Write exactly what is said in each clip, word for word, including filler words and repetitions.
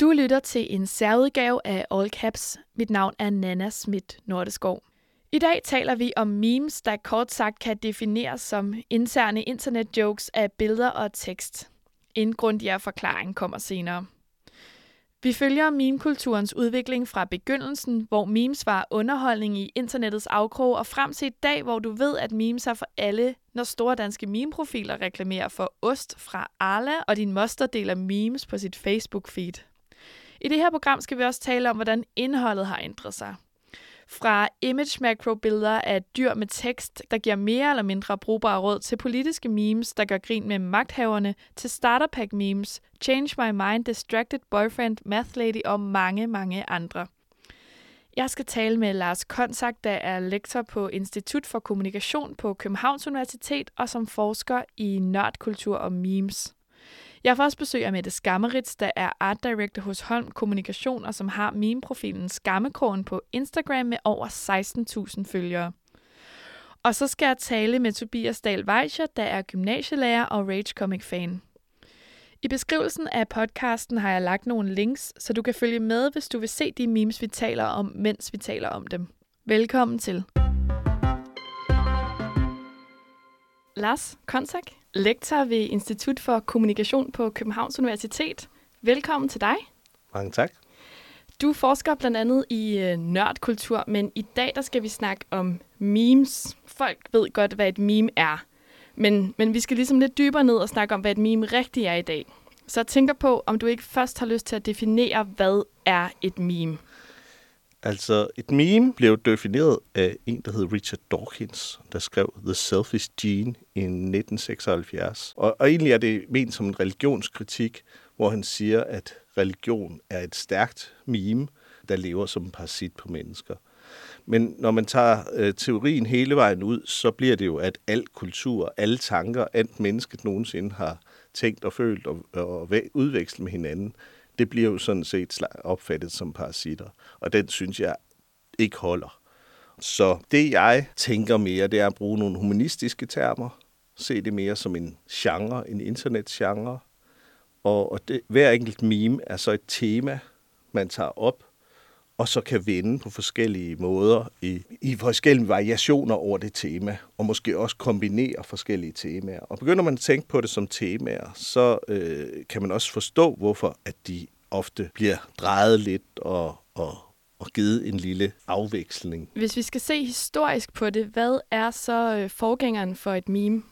Du lytter til en særudgave af All Caps. Mit navn er Nana Schmidt Nordeskov. I dag taler vi om memes, der kort sagt kan defineres som interne internetjokes af billeder og tekst. En grundigere forklaring kommer senere. Vi følger memekulturens udvikling fra begyndelsen, hvor memes var underholdning i internettets afkrog, og frem til i dag, hvor du ved, at memes er for alle, når store danske memeprofiler reklamerer for ost fra Arla, og din moster deler memes på sit Facebook-feed. I det her program skal vi også tale om, hvordan indholdet har ændret sig. Fra image-macro-billeder af dyr med tekst, der giver mere eller mindre brugbare råd, til politiske memes, der gør grin med magthaverne, til starterpack-memes, Change My Mind, Distracted Boyfriend, Math Lady og mange, mange andre. Jeg skal tale med Lars Kontzak, der er lektor på Institut for Kommunikation på Københavns Universitet og som forsker i nørdkultur og memes. Jeg får også besøg af Mette Skammeritz, der er art director hos Holm Kommunikation, og som har meme-profilen Skammekrogen på Instagram med over seksten tusind følgere. Og så skal jeg tale med Tobias Dahl Weicher, der er gymnasielærer og Rage Comic-fan. I beskrivelsen af podcasten har jeg lagt nogle links, så du kan følge med, hvis du vil se de memes, vi taler om, mens vi taler om dem. Velkommen til. Lars Kontzak, lektor ved Institut for Kommunikation på Københavns Universitet. Velkommen til dig. Mange tak. Du forsker blandt andet i øh, nørdkultur, men i dag der skal vi snakke om memes. Folk ved godt, hvad et meme er, men, men vi skal ligesom lidt dybere ned og snakke om, hvad et meme rigtig er i dag. Så jeg tænker på, om du ikke først har lyst til at definere, hvad er et meme? Altså, et meme blev defineret af en, der hed Richard Dawkins, der skrev The Selfish Gene i nitten seksoghalvfjerds. Og, og egentlig er det ment som en religionskritik, hvor han siger, at religion er et stærkt meme, der lever som en parasit på mennesker. Men når man tager øh, teorien hele vejen ud, så bliver det jo, at al kultur, alle tanker, alt mennesket nogensinde har tænkt og følt og, og udvekslet med hinanden, det bliver jo sådan set opfattet som parasitter, og den synes jeg ikke holder. Så det jeg tænker mere, det er at bruge nogle humanistiske termer, se det mere som en genre, en internetgenre, og, og det, hver enkelt meme er så et tema, man tager op, og så kan vende på forskellige måder i, i forskellige variationer over det tema, og måske også kombinere forskellige temaer. Og begynder man at tænke på det som temaer, så øh, kan man også forstå, hvorfor at de ofte bliver drejet lidt og, og, og givet en lille afveksling. Hvis vi skal se historisk på det, hvad er så øh, forgængeren for et meme?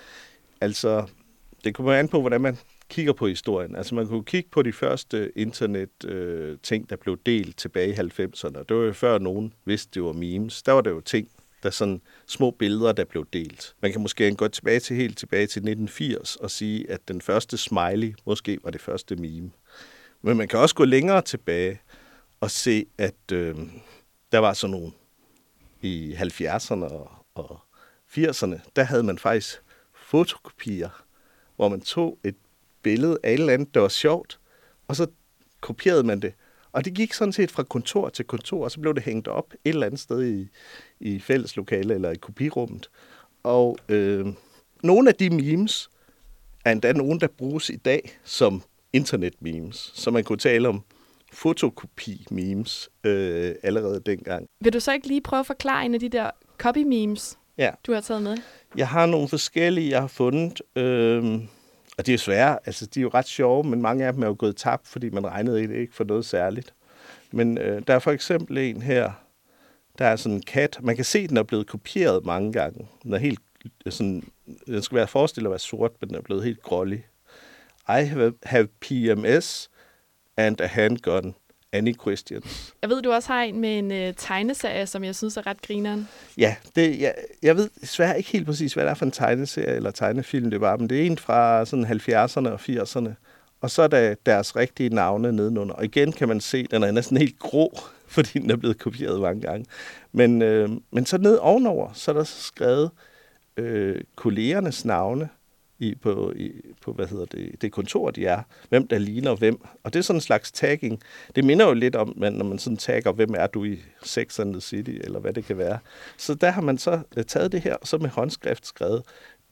Altså, det kommer an på, hvordan man kigger på historien. Altså man kunne kigge på de første internet-ting, øh, der blev delt tilbage i halvfemserne. Det var jo før nogen vidste, det var memes. Der var der jo ting, der sådan små billeder, der blev delt. Man kan måske gå tilbage til helt tilbage til nitten firs og sige, at den første smiley måske var det første meme. Men man kan også gå længere tilbage og se, at øh, der var sådan nogle i halvfjerdserne og, og firserne, der havde man faktisk fotokopier, hvor man tog et billede af et eller andet, der var sjovt, og så kopierede man det. Og det gik sådan set fra kontor til kontor, og så blev det hængt op et eller andet sted i, i fælleslokale eller i kopirummet. Og øh, nogle af de memes er endda nogle, der bruges i dag som internet-memes. Så man kunne tale om fotokopi-memes øh, allerede dengang. Vil du så ikke lige prøve at forklare en af de der copy-memes, ja. du har taget med? Jeg har nogle forskellige, jeg har fundet. Øh, Og det er jo svære, altså de er jo ret sjove, men mange af dem er jo gået tabt, fordi man regnede ikke for noget særligt. Men øh, der er for eksempel en her, der er sådan en kat. Man kan se, at den er blevet kopieret mange gange. Den er helt sådan, den skal være forestillet at være sort, men den er blevet helt grålig. I have, have P M S and a handgun. Any questions? Jeg ved, du også har en med en øh, tegneserie, som jeg synes er ret grineren. Ja, det, jeg, jeg ved desværre ikke helt præcis, hvad det er for en tegneserie eller tegnefilm det var, men det er en fra sådan halvfjerdserne og firserne. Og så er der deres rigtige navne nedenunder. Og igen kan man se, at den er næsten helt grå, fordi den er blevet kopieret mange gange. Men, øh, men så ned ovenover, så er der skrevet øh, kollegernes navne i, på, i, på hvad hedder det, det kontor, de er. Hvem der ligner hvem. Og det er sådan en slags tagging. Det minder jo lidt om, når man sådan tagger, hvem er du i Sex and the City, eller hvad det kan være. Så der har man så taget det her, og så med håndskrift skrevet,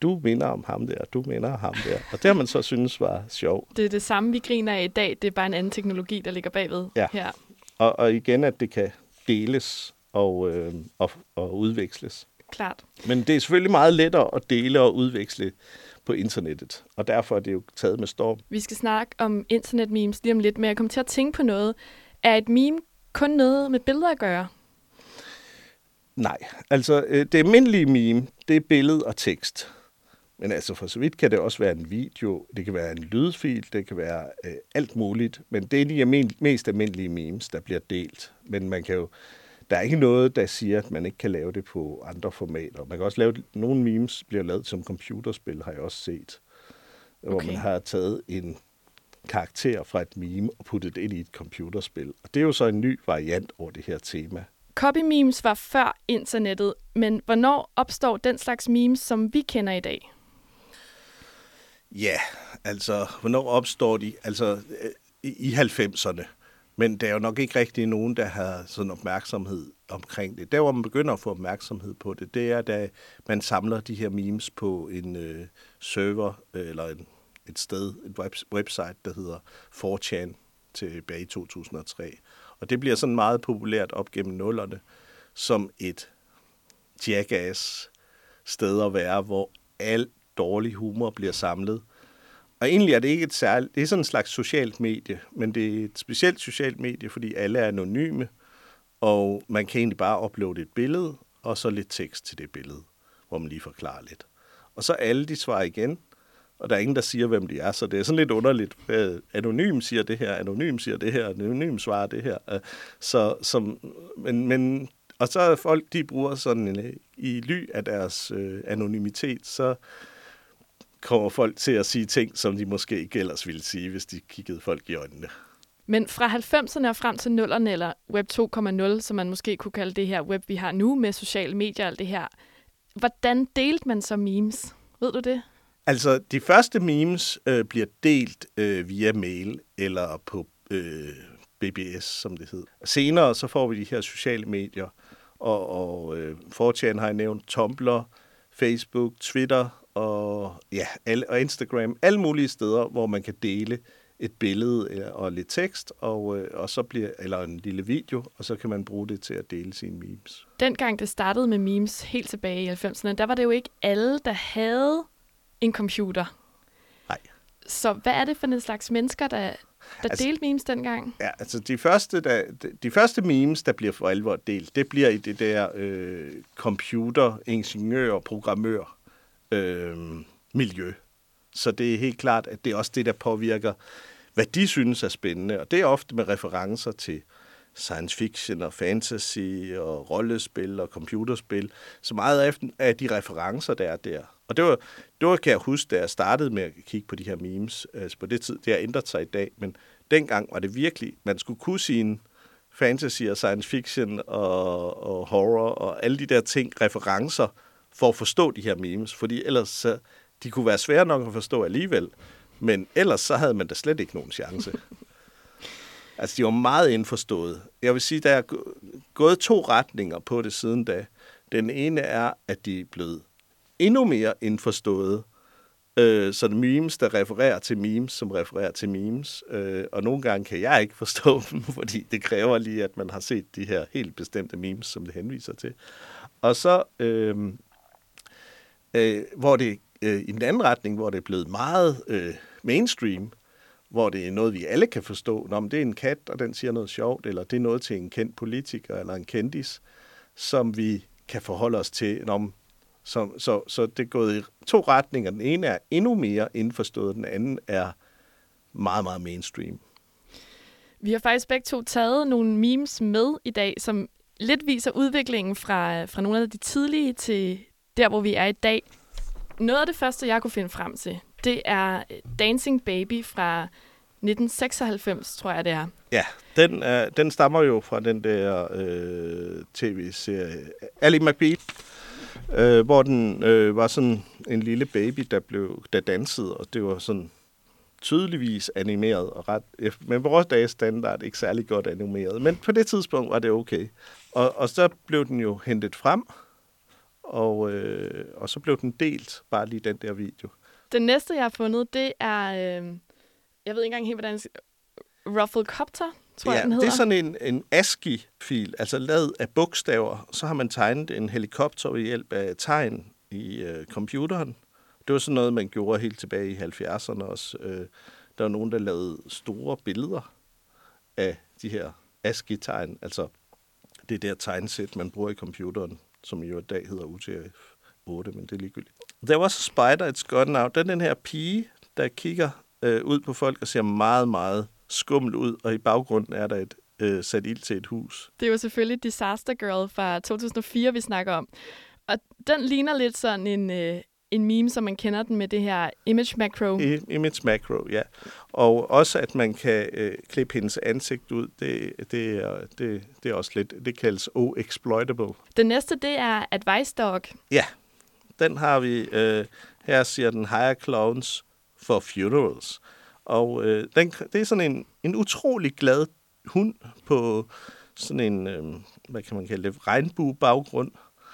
du minder om ham der, du minder om ham der. Og det har man så synes var sjovt. Det er det samme, vi griner af i dag. Det er bare en anden teknologi, der ligger bagved ja. her. Og, og igen, at det kan deles og, øh, og, og udveksles. Klart. Men det er selvfølgelig meget lettere at dele og udveksle på internettet, og derfor er det jo taget med storm. Vi skal snakke om internetmemes lige om lidt, men jeg kommer til at tænke på noget. Er et meme kun noget med billeder at gøre? Nej, altså det almindelige meme, det er billede og tekst. Men altså for så vidt kan det også være en video, det kan være en lydfil, det kan være øh, alt muligt. Men det er de almin- mest almindelige memes, der bliver delt. Men man kan jo, der er ikke noget, der siger, at man ikke kan lave det på andre formater. Man kan også lave, nogle memes bliver lavet som computerspil, har jeg også set. Okay. Hvor man har taget en karakter fra et meme og puttet det ind i et computerspil. Og det er jo så en ny variant over det her tema. Copy-memes var før internettet, men hvornår opstår den slags memes, som vi kender i dag? Ja, altså, hvornår opstår de? Altså, i halvfemserne. Men der er jo nok ikke rigtig nogen, der har sådan opmærksomhed omkring det. Der, hvor man begynder at få opmærksomhed på det, det er, da man samler de her memes på en øh, server, øh, eller en, et sted, et web, website, der hedder four chan, tilbage i to tusind og tre. Og det bliver sådan meget populært op gennem nullerne, som et jackass sted at være, hvor al dårlig humor bliver samlet. Og egentlig er det ikke et særligt, det er sådan en slags socialt medie, men det er et specielt socialt medie, fordi alle er anonyme, og man kan egentlig bare uploade et billede, og så lidt tekst til det billede, hvor man lige forklarer lidt. Og så alle de svarer igen, og der er ingen, der siger, hvem de er, så det er sådan lidt underligt. Anonym siger det her, anonym siger det her, anonym svarer det her. Så, som, men, men, og så er folk, de bruger sådan en, i ly af deres øh, anonymitet, så kommer folk til at sige ting, som de måske ikke ellers ville sige, hvis de kiggede folk i øjnene. Men fra halvfemserne og frem til nullerne, eller web to punkt nul, som man måske kunne kalde det her web, vi har nu med sociale medier og alt det her, hvordan delte man så memes? Ved du det? Altså, de første memes øh, bliver delt øh, via mail eller på øh, B B S, som det hedder. Senere så får vi de her sociale medier, og, og øh, four chan har jeg nævnt, Tumblr, Facebook, Twitter og, ja, alle, og Instagram. Alle mulige steder, hvor man kan dele et billede og lidt tekst, og, øh, og så bliver, eller en lille video, og så kan man bruge det til at dele sine memes. Dengang det startede med memes helt tilbage i halvfemserne, der var det jo ikke alle, der havde en computer. Nej. Så hvad er det for en slags mennesker, der, der altså, delte memes dengang? Ja, altså de første, der, de første memes, der bliver for alvor delt, det bliver i det der øh, computer, ingeniør, programmør øh, miljø. Så det er helt klart, at det er også det, der påvirker, hvad de synes er spændende. Og det er ofte med referencer til science fiction og fantasy og rollespil og computerspil. Så meget af de referencer, der er der. Og det var, det var, kan jeg huske, da jeg startede med at kigge på de her memes. Altså på det tid, det har ændret sig i dag, men dengang var det virkelig, man skulle kunne sine fantasy og science fiction og, og horror og alle de der ting, referencer, for at forstå de her memes. Fordi ellers så, de kunne være svære nok at forstå alligevel, men ellers så havde man da slet ikke nogen chance. Altså, de var meget indforstået. Jeg vil sige, der er gået to retninger på det siden da. Den ene er, at de er blevet endnu mere indforstået. Øh, så det memes, der refererer til memes, som refererer til memes. Øh, og nogle gange kan jeg ikke forstå dem, fordi det kræver lige, at man har set de her helt bestemte memes, som det henviser til. Og så, øh, øh, hvor det øh, i den anden retning, hvor det er blevet meget øh, mainstream, hvor det er noget, vi alle kan forstå. Nå, men det er en kat, og den siger noget sjovt, eller det er noget til en kendt politiker, eller en kendis, som vi kan forholde os til. Nå, så, så, så det er gået i to retninger. Den ene er endnu mere indforstået, den anden er meget, meget mainstream. Vi har faktisk begge to taget nogle memes med i dag, som lidt viser udviklingen fra, fra nogle af de tidlige til der, hvor vi er i dag. Noget af det første, jeg kunne finde frem til, det er Dancing Baby fra nitten seksoghalvfems, tror jeg, det er. Ja, den, er, den stammer jo fra den der øh, tv-serie Ally McBeal, øh, hvor den øh, var sådan en lille baby, der blev der dansede, og det var sådan tydeligvis animeret, og ret, men vores dages standard ikke særlig godt animeret. Men på det tidspunkt var det okay. Og, og så blev den jo hentet frem, Og, øh, og så blev den delt, bare lige den der video. Den næste, jeg har fundet, det er, øh, jeg ved ikke engang helt, hvordan det Rufflecopter, tror ja, jeg, den hedder. Det er sådan en, en ASCII-fil, altså lavet af bogstaver. Så har man tegnet en helikopter ved hjælp af tegn i øh, computeren. Det var sådan noget, man gjorde helt tilbage i halvfjerdserne også. Øh, der var nogen, der lavede store billeder af de her ASCII-tegn, altså det der tegnsæt, man bruger i computeren, som jo i dag hedder U T F otte, men det er ligegyldigt. There was a spider, it's gone now. Den den her pige, der kigger øh, ud på folk og ser meget, meget skummel ud, og i baggrunden er der et øh, sat ild til et hus. Det er jo selvfølgelig Disaster Girl fra to tusind og fire, vi snakker om. Og den ligner lidt sådan en, øh, en meme, som man kender den med det her image macro. I, image macro, ja. Og også, at man kan øh, klippe hendes ansigt ud, det, det, er, det, det er også lidt, det kaldes O-exploitable. Den næste, det er Advice Dog. Ja, den har vi, øh, her siger den, hire clowns for funerals. Og øh, den, det er sådan en, en utrolig glad hund på sådan en, øh, hvad kan man kalde det, regnbue-baggrund.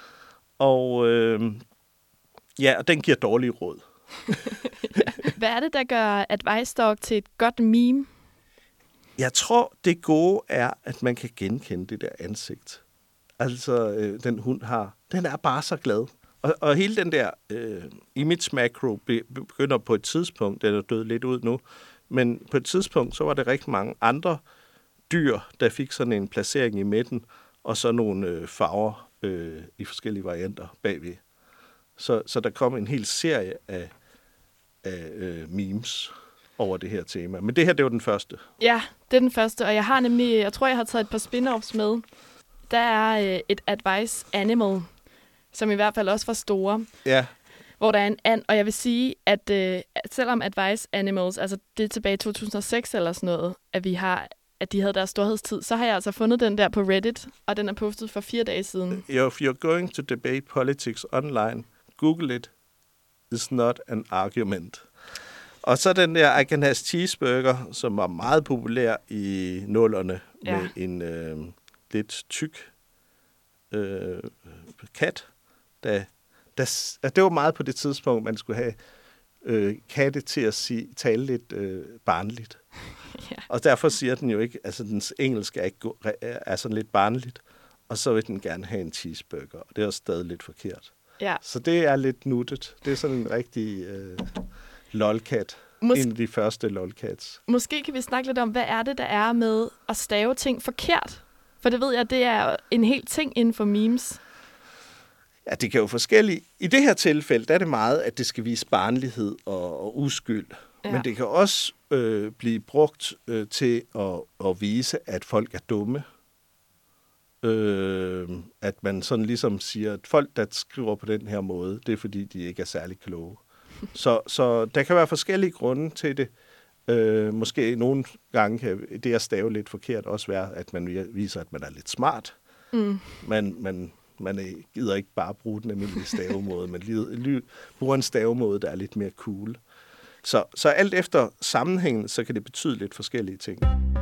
Og øh, ja, og den giver dårlige råd. Ja. Hvad er det, der gør Advice Dog til et godt meme? Jeg tror, det gode er, at man kan genkende det der ansigt. Altså, øh, den hund har, den er bare så glad. Og, og hele den der øh, image macro be, begynder på et tidspunkt, den er død lidt ud nu, men på et tidspunkt, så var der rigtig mange andre dyr, der fik sådan en placering i midten, og så nogle øh, farver øh, i forskellige varianter bagved. Så, så der kom en hel serie af, af øh, memes over det her tema. Men det her, det var den første. Ja, det er den første, og jeg har nemlig, jeg tror, jeg har taget et par spin-offs med. Der er øh, et Advice Animal, som i hvert fald også var store. Ja. Hvor der er en and, og jeg vil sige, at øh, selvom Advice Animals, altså det er tilbage i to tusind og seks eller sådan noget, at vi har, at de havde deres storhedstid, så har jeg altså fundet den der på Reddit, og den er postet for fire dage siden. If you're going to debate politics online, Google it. It's not an argument. Og så den der I Can Have Cheeseburger, som var meget populær i nullerne, ja. Med en øh, lidt tyk øh, kat, der, der, det var meget på det tidspunkt, man skulle have øh, katte til at sige, tale lidt øh, barnligt. Ja. Og derfor siger den jo ikke, altså dens engelsk er, ikke go- er sådan lidt barnligt, og så vil den gerne have en cheeseburger, og det er også stadig lidt forkert. Ja. Så det er lidt nuttet. Det er sådan en rigtig øh, lolcat. Mås- en af de første lolcats. Måske kan vi snakke lidt om, hvad er det, der er med at stave ting forkert? For det ved jeg, det er en hel ting inden for memes. Ja, det kan jo forskelligt. I det her tilfælde, der er det meget, at det skal vise barnlighed og, og uskyld. Ja. Men det kan også øh, blive brugt øh, til at, at vise, at folk er dumme. Øh, at man sådan ligesom siger, at folk, der skriver på den her måde, det er fordi, de ikke er særlig kloge. så, så der kan være forskellige grunde til det. Øh, måske nogle gange kan det at stave lidt forkert også være, at man viser, at man er lidt smart. Mm. Man, man, man gider ikke bare bruge den almindelige stavemåde, man bruger en stavemåde, der er lidt mere cool. Så, så alt efter sammenhængen, så kan det betyde lidt forskellige ting.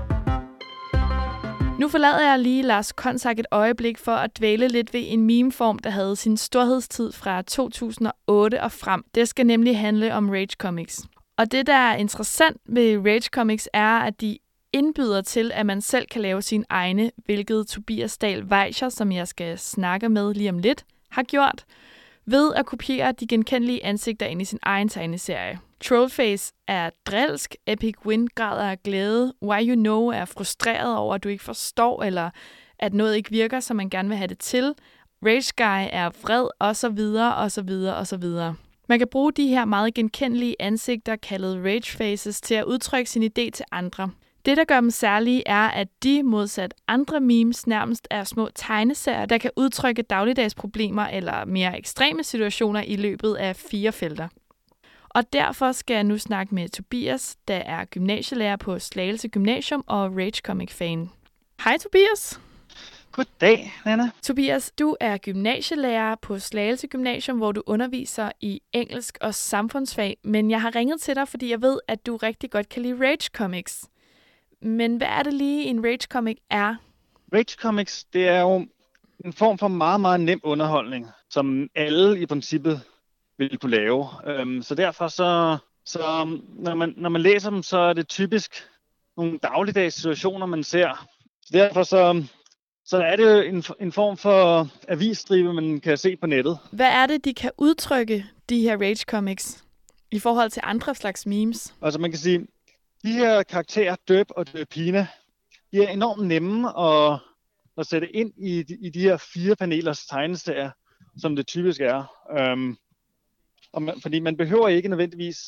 Nu forlader jeg lige Lars Konsak et øjeblik for at dvæle lidt ved en memeform, der havde sin storhedstid fra to tusind og otte og frem. Det skal nemlig handle om Rage Comics. Og det, der er interessant ved Rage Comics, er, at de indbyder til, at man selv kan lave sine egne, hvilket Tobias Dahl Weicher, som jeg skal snakke med lige om lidt, har gjort, ved at kopiere de genkendelige ansigter ind i sin egen tegneserie. Trollface er drilsk, Epic Win græder af glæde, Why You Know er frustreret over, at du ikke forstår, eller at noget ikke virker, som man gerne vil have det til. Rage Guy er vred, og så videre, og så videre, og så videre. Man kan bruge de her meget genkendelige ansigter, kaldet Rage Faces, til at udtrykke sin idé til andre. Det, der gør dem særlige, er, at de, modsat andre memes, nærmest er små tegneserier, der kan udtrykke dagligdags problemer eller mere ekstreme situationer i løbet af fire felter. Og derfor skal jeg nu snakke med Tobias, der er gymnasielærer på Slagelse Gymnasium og Rage Comic-fan. Hej Tobias! Goddag, Nana. Tobias, du er gymnasielærer på Slagelse Gymnasium, hvor du underviser i engelsk og samfundsfag, men jeg har ringet til dig, fordi jeg ved, at du rigtig godt kan lide Rage Comics. Men hvad er det lige, en Rage Comic er? Rage Comics, det er jo en form for meget, meget nem underholdning. som alle i princippet ville kunne lave. Øhm, så derfor så, så når, man, når man læser dem, så er det typisk nogle dagligdags situationer, man ser. Så derfor så, så er det en, en form for avisstribe, man kan se på nettet. Hvad er det, de kan udtrykke, de her rage comics, i forhold til andre slags memes? Altså man kan sige, de her karakterer, Derp og Derpina, de er enormt nemme at, at sætte ind i de, i de her fire panelers tegneserier, som det typisk er. Um, og man, fordi man behøver ikke nødvendigvis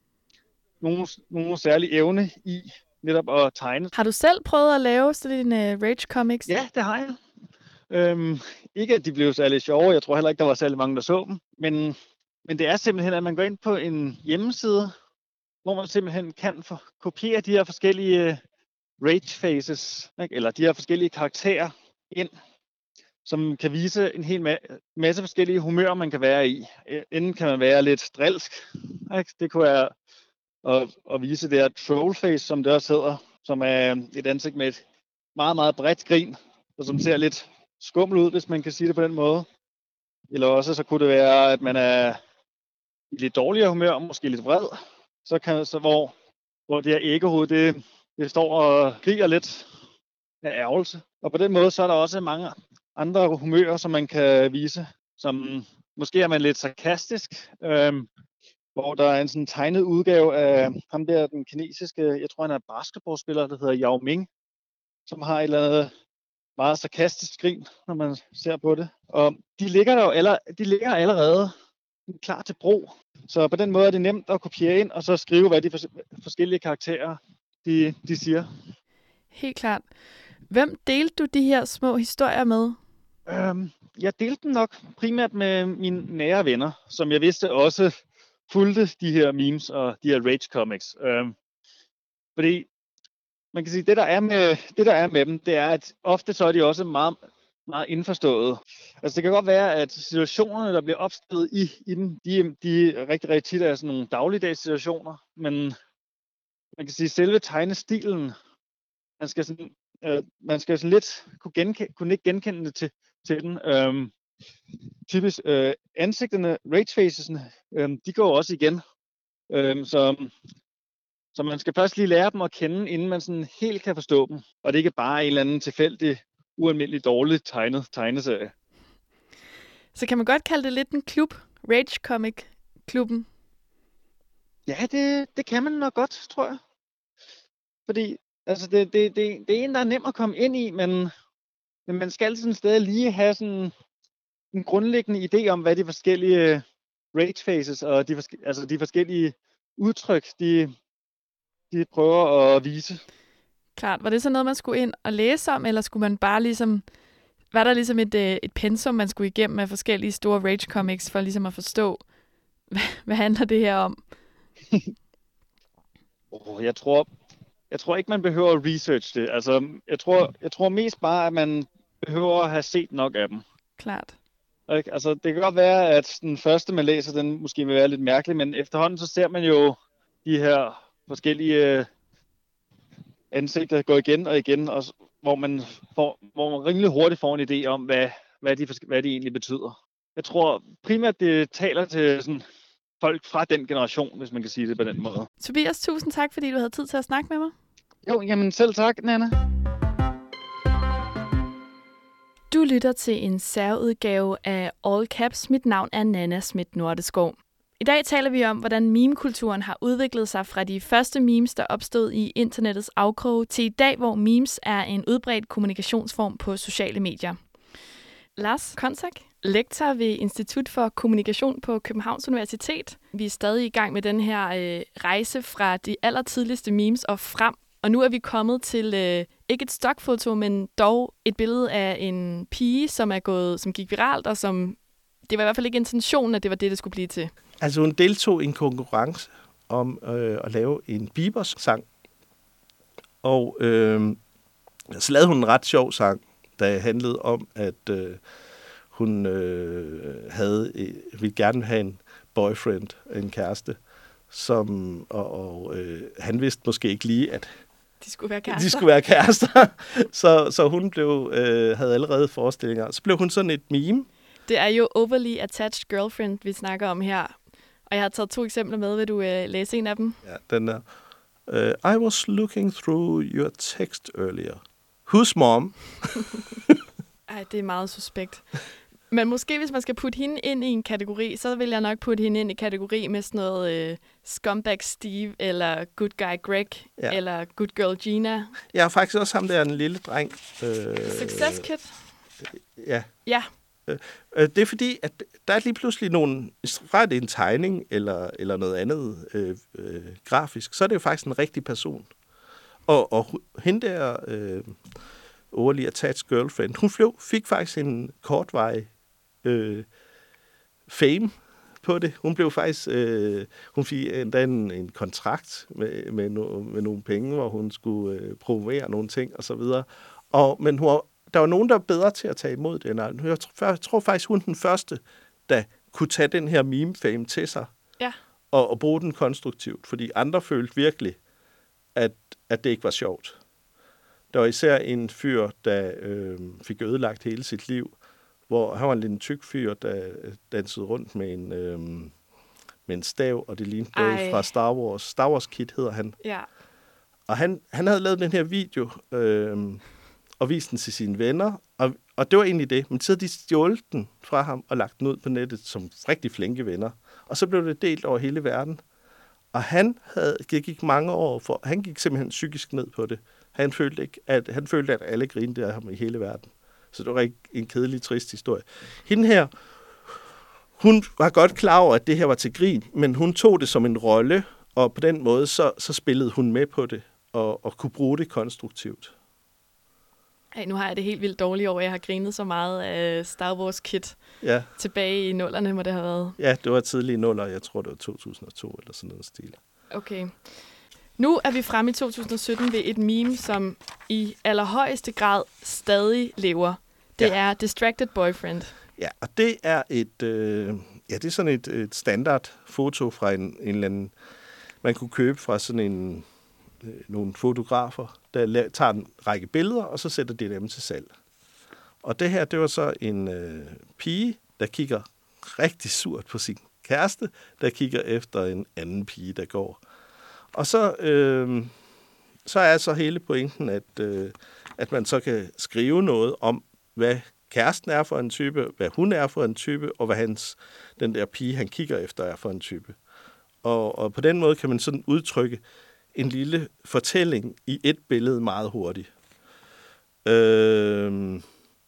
nogen, nogen særlig evne i netop at tegne. Har du selv prøvet at lave sådan en uh, rage comics? Ja, det har jeg. Um, ikke at de blev særlig sjove, jeg tror heller ikke, der var særlig mange, der så dem, men, men det er simpelthen, at man går ind på en hjemmeside, hvor man simpelthen kan for, kopiere de her forskellige rage faces, ikke? Eller de her forskellige karakterer ind, som kan vise en hel ma- masse forskellige humører, man kan være i. Enten kan man være lidt drilsk, ikke? Det kunne være at, at vise det her trollface, som det også hedder, som er et ansigt med et meget, meget bredt grin, og som ser lidt skummel ud, hvis man kan sige det på den måde. Eller også så kunne det være, at man er i lidt dårligere humør, måske lidt vred, så kan så hvor, hvor det her æggehoved, det, det står og kriger lidt af ærgelse. Og på den måde, så er der også mange andre humører, som man kan vise, som måske er man lidt sarkastisk, øhm, hvor der er en sådan tegnet udgave af ham der, den kinesiske, jeg tror han er basketballspiller, der hedder Yao Ming, som har et eller andet meget sarkastisk grin, når man ser på det. Og de ligger der jo aller, de ligger allerede klar til brug. Så på den måde er det nemt at kopiere ind, og så skrive, hvad de forskellige karakterer de, de siger. Helt klart. Hvem delte du de her små historier med? Øhm, jeg delte dem nok primært med mine nære venner, som jeg vidste også fulgte de her memes og de her rage comics. Øhm, fordi man kan sige, det der er med det der er med dem, det er, at ofte så er de også meget, meget indforstået. Altså det kan godt være, at situationerne, der bliver opstillet i, i dem, de, de rigtig, rigtig tit er sådan nogle dagligdags situationer, men man kan sige, selve tegnestilen, man skal sådan, øh, man skal sådan lidt kunne, genkende, kunne ikke genkende det til, til den. Øhm, typisk øh, ansigterne, rage faces'ene, øh, de går også igen. Øh, så, så man skal først lige lære dem at kende, inden man sådan helt kan forstå dem. Og det er ikke bare en eller anden tilfældig, ualmindelig dårligt tegnet tegneserie. Så kan man godt kalde det lidt en klub, Rage Comic-klubben? Ja, det, det kan man nok godt, tror jeg. Fordi altså det, det, det, det er en, der er nem at komme ind i, men, men man skal sådan stadig lige have sådan en grundlæggende idé om, hvad de forskellige rage faces og de, forske, altså de forskellige udtryk, de, de prøver at vise. Klart. Var det så noget, man skulle ind og læse om, eller skulle man bare ligesom, var der ligesom et, et pensum, man skulle igennem af forskellige store rage comics, for ligesom at forstå, hvad, hvad handler det her om? oh, jeg tror, jeg tror ikke, man behøver at researche det. Altså, jeg tror, jeg tror mest bare, at man behøver at have set nok af dem. Klart. Okay, altså, det kan godt være, at den første, man læser, den måske vil være lidt mærkelig, men efterhånden så ser man jo de her forskellige ansigter gå igen og igen, og hvor man, får, hvor man rimelig hurtigt får en idé om, hvad, hvad, de, hvad de egentlig betyder. Jeg tror primært, det taler til sådan folk fra den generation, hvis man kan sige det på den måde. Tobias, tusind tak, fordi du havde tid til at snakke med mig. Jo, jamen selv tak, Nana. Du lytter til en særudgave af All Caps. Mit navn er Nana Schmidt Nordeskov. I dag taler vi om, hvordan memekulturen har udviklet sig fra de første memes, der opstod i internettets afkroge, til i dag, hvor memes er en udbredt kommunikationsform på sociale medier. Lars Konsak, lektor ved Institut for Kommunikation på Københavns Universitet. Vi er stadig i gang med den her øh, rejse fra de allertidligste memes og frem. Og nu er vi kommet til øh, ikke et stokfoto, men dog et billede af en pige, som er gået, som gik viralt, og som det var i hvert fald ikke intentionen, at det var det, det skulle blive til. Altså hun deltog i en konkurrence om øh, at lave en Bieber-sang. Og øh, så lavede hun en ret sjov sang, der handlede om, at øh, hun øh, havde øh, ville gerne have en boyfriend, en kæreste, som og, og øh, han vidste måske ikke lige, at de skulle være kærester. De skulle være kærester. så, så hun blev, øh, havde allerede forestillinger. Så blev hun sådan et meme. Det er jo Overly Attached Girlfriend, vi snakker om her. Og jeg har taget to eksempler med. Vil du øh, læse en af dem? Ja, den er. Uh, I was looking through your text earlier. Who's mom? Ej, det er meget suspekt. Men måske hvis man skal putte hende ind i en kategori, så vil jeg nok putte hende ind i kategori med sådan noget øh, Scumbag Steve, eller Good Guy Greg, ja. Eller Good Girl Gina. Jeg har faktisk også ham der, en lille dreng. Øh, Success Kid? Ja. Ja. Øh, øh, det er fordi, at der er lige pludselig nogle, fra det er en tegning, eller, eller noget andet øh, øh, grafisk, så er det jo faktisk en rigtig person. Og, og hende der... Øh, Overly Attached Girlfriend. Hun fløv, fik faktisk en kortvarig øh, fame på det. Hun blev faktisk, øh, hun fik endda en, en kontrakt med, med, no, med nogle penge, hvor hun skulle øh, promovere nogle ting og så videre. Og, men hun, der var nogen, der var bedre til at tage imod det. Jeg, jeg tror faktisk, hun er den første, der kunne tage den her meme-fame til sig. Ja. Og, og bruge den konstruktivt. Fordi andre følte virkelig, at, at det ikke var sjovt. Der var især en fyr, der øh, fik ødelagt hele sit liv, hvor han var en lille tyk fyr, der dansede rundt med en, øh, med en stav, og det lignede noget fra Star Wars. Star Wars Kid hedder han. Ja. Og han, han havde lavet den her video, øh, og vist den til sine venner, og, og det var egentlig det. Men så havde de stjålet den fra ham og lagt den ud på nettet som rigtig flinke venner. Og så blev det delt over hele verden. Og han havde, det gik mange år for, han gik simpelthen psykisk ned på det. Han følte, ikke, at, han følte, at alle grinede af ham i hele verden. Så det var ikke en kedelig, trist historie. Hende her, hun var godt klar over, at det her var til grin, men hun tog det som en rolle, og på den måde, så, så spillede hun med på det, og, og kunne bruge det konstruktivt. Hey, nu har jeg det helt vildt dårligt over, jeg har grinet så meget af Star Wars Kid. Ja. Tilbage i nullerne må det have været. Ja, det var tidlige nuller, jeg tror, det var to tusind og to eller sådan noget stil. Okay. Nu er vi fremme i to tusind og sytten ved et meme, som i allerhøjeste grad stadig lever. Det ja. er Distracted Boyfriend. Ja, og det er et, øh, ja, det er sådan et, et standard foto fra en, en eller anden, man kunne købe fra sådan en, øh, nogle fotografer, der la- tager en række billeder, og så sætter de dem til salg. Og det her, det var så en øh, pige, der kigger rigtig surt på sin kæreste, der kigger efter en anden pige, der går. Og så, øh, så er så hele pointen, at, øh, at man så kan skrive noget om, hvad kæresten er for en type, hvad hun er for en type, og hvad hans, den der pige, han kigger efter, er for en type. Og, og på den måde kan man sådan udtrykke en lille fortælling i et billede meget hurtigt. Øh,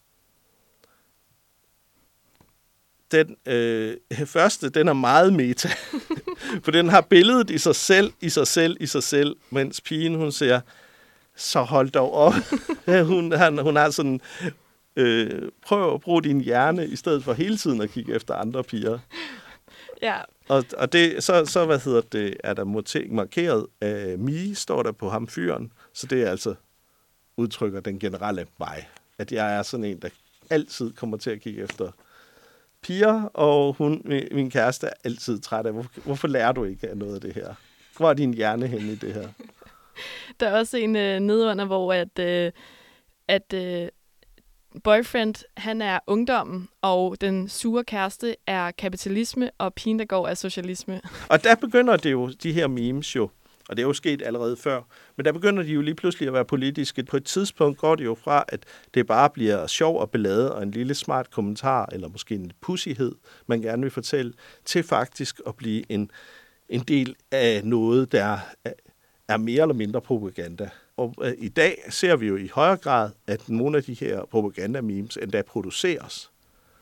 den øh, første, den er meget meta. For den har billedet i sig selv, i sig selv, i sig selv, mens pigen, hun siger, så hold dog op. hun, han, hun har sådan, øh, prøv at bruge din hjerne, i stedet for hele tiden at kigge efter andre piger. Ja. Og, og det, så, så, hvad hedder det, er der markeret af Mie, står der på ham fyren, så det er altså udtrykker den generelle mig. At jeg er sådan en, der altid kommer til at kigge efter piger, og hun, min kæreste er altid træt af, hvorfor, hvorfor lærer du ikke af noget af det her? Hvor er din hjerne henne i det her? Der er også en øh, nedunder, hvor at, øh, at øh, boyfriend, han er ungdommen, og den sure kæreste er kapitalisme, og pigen, der går, er socialisme. Og der begynder det jo, de her memes jo, og det er jo sket allerede før, men der begynder de jo lige pludselig at være politiske. På et tidspunkt går det jo fra, at det bare bliver sjov og ballade og en lille smart kommentar, eller måske en pussighed, man gerne vil fortælle, til faktisk at blive en, en del af noget, der er mere eller mindre propaganda. Og øh, i dag ser vi jo i højere grad, at nogle af de her propaganda-memes endda produceres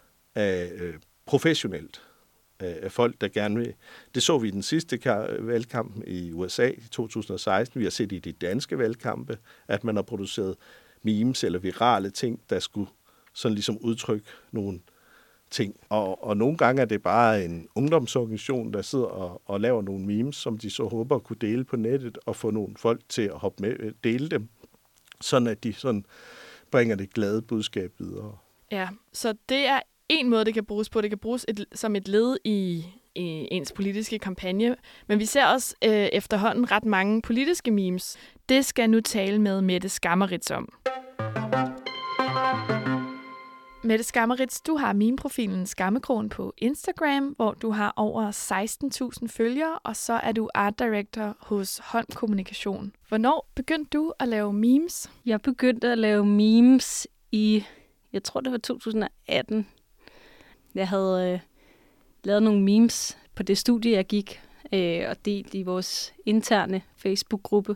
af øh, professionelt. Af folk, der gerne vil. Det så vi i den sidste valgkamp i U S A i to tusind og seksten. Vi har set i de danske valgkampe, at man har produceret memes eller virale ting, der skulle sådan ligesom udtrykke nogle ting. Og, og nogle gange er det bare en ungdomsorganisation, der sidder og, og laver nogle memes, som de så håber at kunne dele på nettet og få nogle folk til at hoppe med, dele dem, sådan at de sådan bringer det glade budskab videre. Ja, så det er en måde, det kan bruges på. Det kan bruges et, som et led i, i ens politiske kampagne. Men vi ser også øh, efterhånden ret mange politiske memes. Det skal jeg nu tale med Mette Skammeritz om. Mette Skammerits, du har meme-profilen Skammekrogen på Instagram, hvor du har over seksten tusind følgere, og så er du art director hos Holm Kommunikation. Hvornår begyndte du at lave memes? Jeg begyndte at lave memes i, jeg tror det var to tusind og atten. Jeg havde øh, lavet nogle memes på det studie, jeg gik, øh, og delt i vores interne Facebook-gruppe.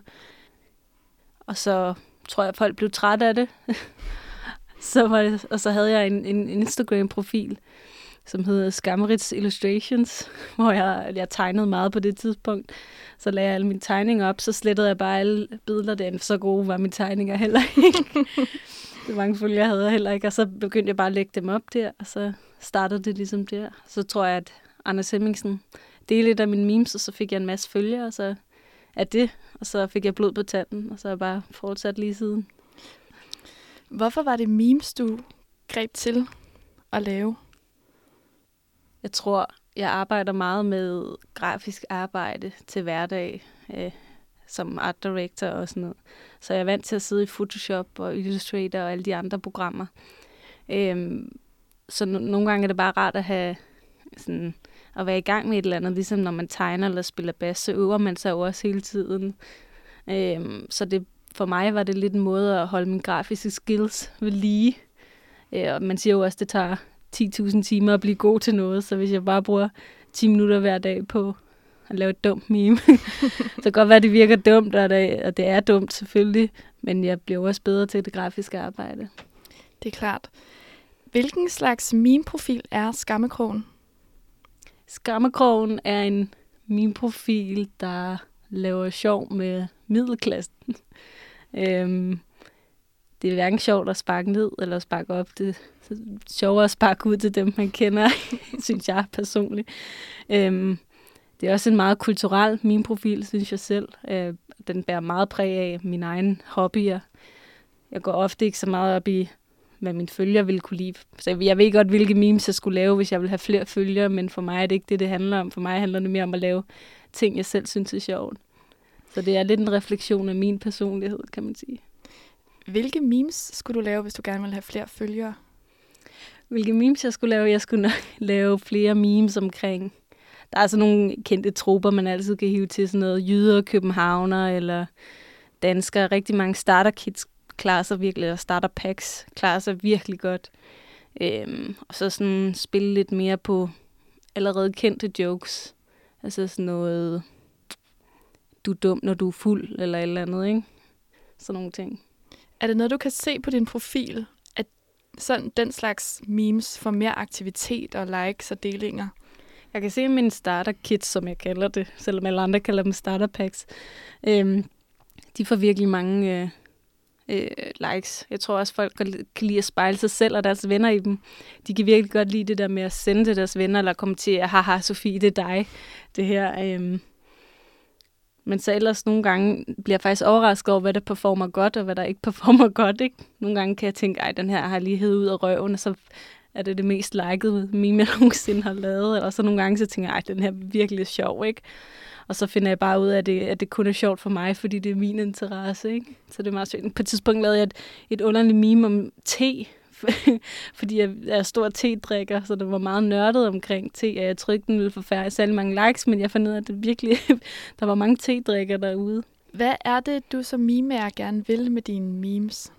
Og så tror jeg, at folk blev trætte af det. så var det, og så havde jeg en, en Instagram-profil, som hedder Skammerits Illustrations, hvor jeg, jeg tegnede meget på det tidspunkt. Så lagde jeg alle mine tegninger op, så slettede jeg bare alle billeder derinde. Så gode var mine tegninger heller ikke. Så mange følgere havde jeg heller ikke. Og så begyndte jeg bare at lægge dem op der, og så startede det ligesom der. Så tror jeg, at Anders Hemmingsen delte lidt af mine memes, og så fik jeg en masse følgere, og så er det. Og så fik jeg blod på tanden, og så er jeg bare fortsat lige siden. Hvorfor var det memes, du greb til at lave? Jeg tror, jeg arbejder meget med grafisk arbejde til hverdag, øh, som art director og sådan noget. Så jeg er vant til at sidde i Photoshop og Illustrator og alle de andre programmer. Øhm, så no- nogle gange er det bare rart at have sådan, at være i gang med et eller andet, ligesom når man tegner eller spiller bas, så øver man sig jo også hele tiden. Øhm, så det, for mig var det lidt en måde at holde mine grafiske skills ved lige. Øh, og man siger jo også, at det tager ti tusind timer at blive god til noget, så hvis jeg bare bruger ti minutter hver dag på at lave et dumt meme, så kan godt være, at det virker dumt, og det, og det er dumt selvfølgelig, men jeg bliver også bedre til det grafiske arbejde. Det er klart. Hvilken slags meme-profil er Skammekrogen? Skammekrogen er en meme-profil, der laver sjov med middelklassen. øhm, det er hverken sjovt at sparke ned eller sparke op. Det er sjovere at sparke ud til dem, man kender, synes jeg personligt. Øhm, det er også en meget kulturel meme-profil, synes jeg selv. Øh, den bærer meget præg af mine egne hobbyer. Jeg går ofte ikke så meget op i, hvad mine følgere ville kunne lide. Så jeg ved godt, hvilke memes jeg skulle lave, hvis jeg ville have flere følgere, men for mig er det ikke det, det handler om. For mig handler det mere om at lave ting, jeg selv synes er sjovt. Så det er lidt en refleksion af min personlighed, kan man sige. Hvilke memes skulle du lave, hvis du gerne ville have flere følgere? Hvilke memes jeg skulle lave? Jeg skulle nok lave flere memes omkring. Der er sådan nogle kendte troper, man altid kan hive til. Sådan noget jyder, københavner eller danskere. Rigtig mange starter kits klarer sig virkelig, og starter packs klarer sig virkelig godt. Øhm, og så sådan spille lidt mere på allerede kendte jokes. Altså sådan noget, du er dum, når du er fuld, eller et eller andet, ikke? Sådan nogle ting. Er det noget, du kan se på din profil, at sådan den slags memes får mere aktivitet og likes og delinger? Jeg kan se mine starter kits, som jeg kalder det, selvom alle andre kalder dem starter packs. Øhm, de får virkelig mange øh, øh, likes. Jeg tror også, folk kan lide at spejle sig selv og deres venner i dem. De kan virkelig godt lide det der med at sende til deres venner, eller kommentere, haha, Sofie, det er dig, det her. Øhm. Men så ellers nogle gange bliver jeg faktisk overrasket over, hvad der performer godt, og hvad der ikke performer godt, ikke? Nogle gange kan jeg tænke, ej, den her har jeg lige hævet ud af røven, og så er det det mest likede meme, jeg nogensinde har lavet. Og så nogle gange så tænker jeg, ej, den her er virkelig sjov, ikke? Og så finder jeg bare ud af, at det, at det kun er sjovt for mig, fordi det er min interesse, ikke? Så det er meget sjovt. På et tidspunkt lavede jeg et, et underligt meme om te, fordi jeg er stor te-drikker, så det var meget nørdet omkring te, og jeg troede ikke, den ville få særlig mange likes, men jeg fandt ud af, at det virkelig, der var mange te-drikker derude. Hvad er det, du som memer gerne vil med dine memes?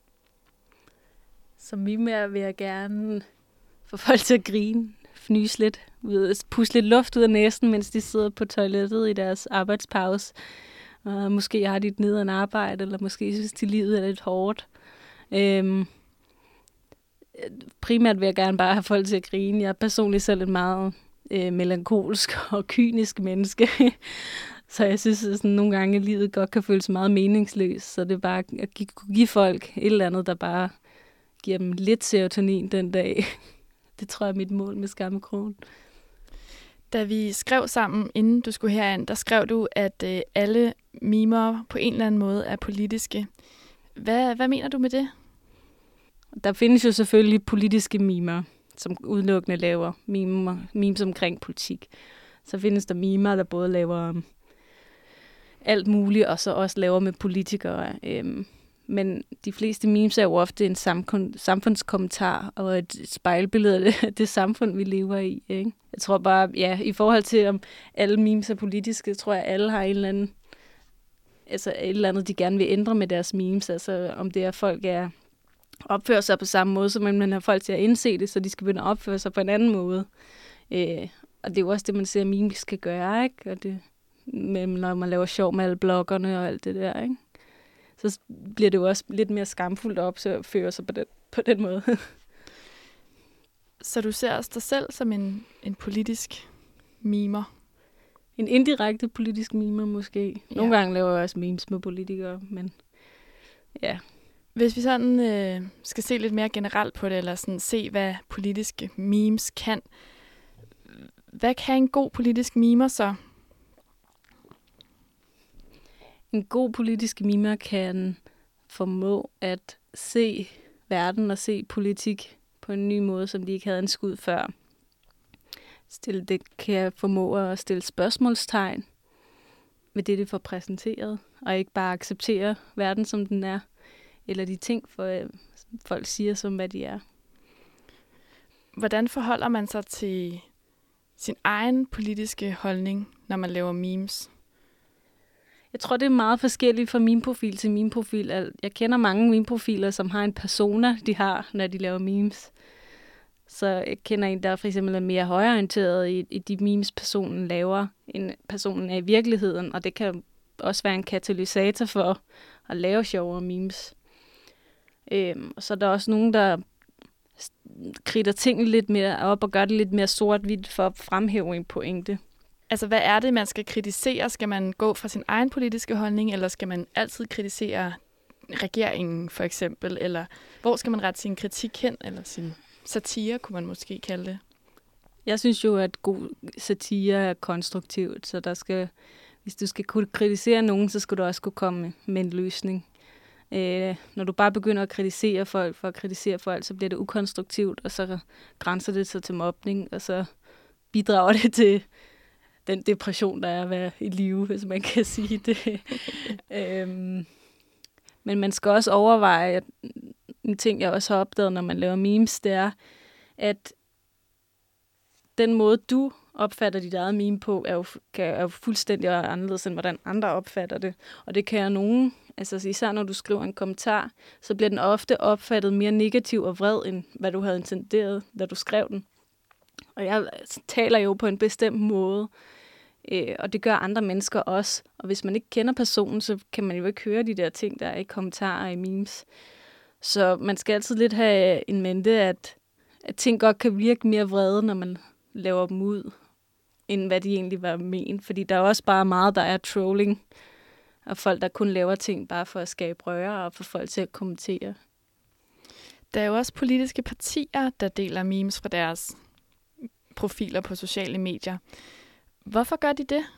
Som memer vil jeg gerne få folk til at grine, fnyse lidt, puste lidt luft ud af næsen, mens de sidder på toilettet i deres arbejdspause. Og måske har de et nederen arbejde, eller måske synes de, livet er lidt hårdt. Øhm, primært vil jeg gerne bare have folk til at grine. Jeg er personligt selv en meget øh, melankolsk og kynisk menneske. Så jeg synes, at sådan nogle gange livet godt kan føles meget meningsløst. Så det er bare at give, give folk et eller andet, der bare giver dem lidt serotonin den dag. Det tror jeg er mit mål med Skammekrogen. Da vi skrev sammen, inden du skulle herind, der skrev du, at øh, alle memer på en eller anden måde er politiske. Hvad, hvad mener du med det? Der findes jo selvfølgelig politiske memer, som udelukkende laver memer, memes omkring politik. Så findes der memer, der både laver alt muligt, og så også laver med politikere. Øhm, Men de fleste memes er jo ofte en samkon- samfundskommentar og et spejlbillede af det, det samfund, vi lever i. Ikke? Jeg tror bare, ja, i forhold til om alle memes er politiske, tror jeg, at alle har en eller anden, altså et eller andet, de gerne vil ændre med deres memes. Altså om det er, folk er opfører sig på samme måde, så man har folk til at indse det, så de skal begynde at opføre sig på en anden måde. Øh, og det er jo også det, man ser, at memes skal gøre, ikke? Og det, med, når man laver sjov med alle bloggerne og alt det der, ikke? Så bliver det jo også lidt mere skamfuldt at opføre sig på den, på den måde. Så du ser også dig selv som en, en politisk mimer? En indirekte politisk mimer måske. Ja. Nogle gange laver jeg også memes med politikere, men ja. Hvis vi sådan øh, skal se lidt mere generelt på det, eller sådan se, hvad politiske memes kan, hvad kan en god politisk mimer så? En god politisk mimer kan formå at se verden og se politik på en ny måde, som de ikke havde anskud før. Stille, det kan formå at stille spørgsmålstegn med det, det får præsenteret, og ikke bare acceptere verden, som den er, eller de ting, for, folk siger, som hvad de er. Hvordan forholder man sig til sin egen politiske holdning, når man laver memes? Jeg tror, det er meget forskelligt fra min profil til min profil. Jeg kender mange meme-profiler, som har en persona, de har, når de laver memes. Så jeg kender en, der for eksempel er mere højreorienteret i, i de memes, personen laver, end personen er i virkeligheden. Og det kan også være en katalysator for at lave sjovere memes. Øhm, og så er der også nogen, der kridter tingene lidt mere op og gør det lidt mere sort-hvidt for at fremhæve en pointe. Altså, hvad er det, man skal kritisere? Skal man gå fra sin egen politiske holdning, eller skal man altid kritisere regeringen, for eksempel? Eller hvor skal man rette sin kritik hen, eller sin satire, kunne man måske kalde det? Jeg synes jo, at god satire er konstruktivt, så der skal, hvis du skal kunne kritisere nogen, så skal du også kunne komme med en løsning. Øh, når du bare begynder at kritisere folk for at kritisere folk, så bliver det ukonstruktivt, og så grænser det sig til mobning, og så bidrager det til den depression, der er at være i live, hvis man kan sige det. øhm, men man skal også overveje, at en ting, jeg også har opdaget, når man laver memes, det er, at den måde, du opfatter dit eget meme på, er jo, kan, er jo fuldstændig anderledes, end hvordan andre opfatter det. Og det kan jeg nogen, altså især når du skriver en kommentar, så bliver den ofte opfattet mere negativ og vred, end hvad du havde intenderet, da du skrev den. Og jeg taler jo på en bestemt måde, øh, og det gør andre mennesker også. Og hvis man ikke kender personen, så kan man jo ikke høre de der ting, der er i kommentarer og i memes. Så man skal altid lidt have en mente, at, at ting godt kan virke mere vrede, når man laver dem ud, end hvad de egentlig var ment. Fordi der er også bare meget, der er trolling, og folk, der kun laver ting bare for at skabe røre og få folk til at kommentere. Der er jo også politiske partier, der deler memes fra deres profiler på sociale medier. Hvorfor gør de det?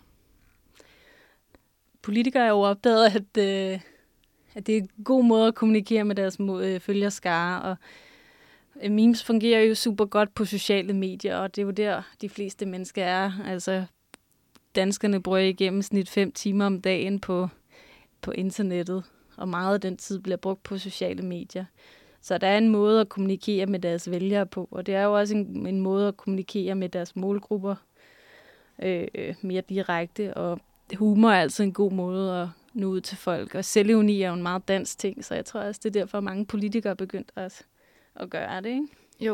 Politikere er jo opdaget, at, øh, at det er en god måde at kommunikere med deres øh, følgerskare, og øh, memes fungerer jo super godt på sociale medier, og det er jo der, de fleste mennesker er. Altså, danskerne bruger i gennemsnit fem timer om dagen på, på internettet, og meget af den tid bliver brugt på sociale medier. Så der er en måde at kommunikere med deres vælgere på, og det er jo også en, en måde at kommunikere med deres målgrupper øh, mere direkte, og humor er altså en god måde at nå ud til folk, og selvironi er jo en meget dansk ting, så jeg tror også, det er derfor, mange politikere er begyndt at, at gøre det, ikke? Jo.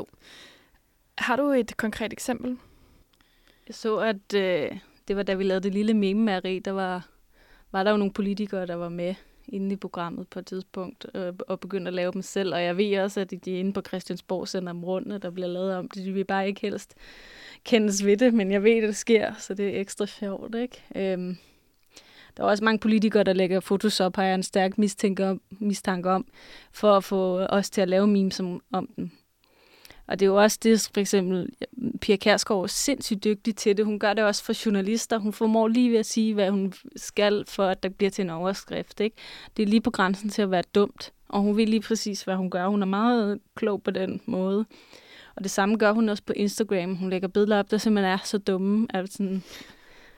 Har du et konkret eksempel? Jeg så, at øh, det var, da vi lavede det lille meme-mæreri, der var, var der jo nogle politikere, der var med inde i programmet på et tidspunkt, øh, og begyndte at lave dem selv. Og jeg ved også, at de er inde på Christiansborg sender dem rundt, og der bliver lavet om det. De vil bare ikke helst kendes ved det, men jeg ved, at det sker, så det er ekstra sjovt, ikke? Øhm, der er også mange politikere, der lægger fotos op, har jeg en stærk mistanke om, mistanke om, for at få os til at lave memes om, om dem. Og det er jo også det, for eksempel, Pia Kjærsgaard er sindssygt dygtig til det. Hun gør det også for journalister. Hun formår lige ved at sige, hvad hun skal, for at der bliver til en overskrift, ikke? Det er lige på grænsen til at være dumt. Og hun ved lige præcis, hvad hun gør. Hun er meget klog på den måde. Og det samme gør hun også på Instagram. Hun lægger billeder op, der simpelthen er så dumme. Altså sådan,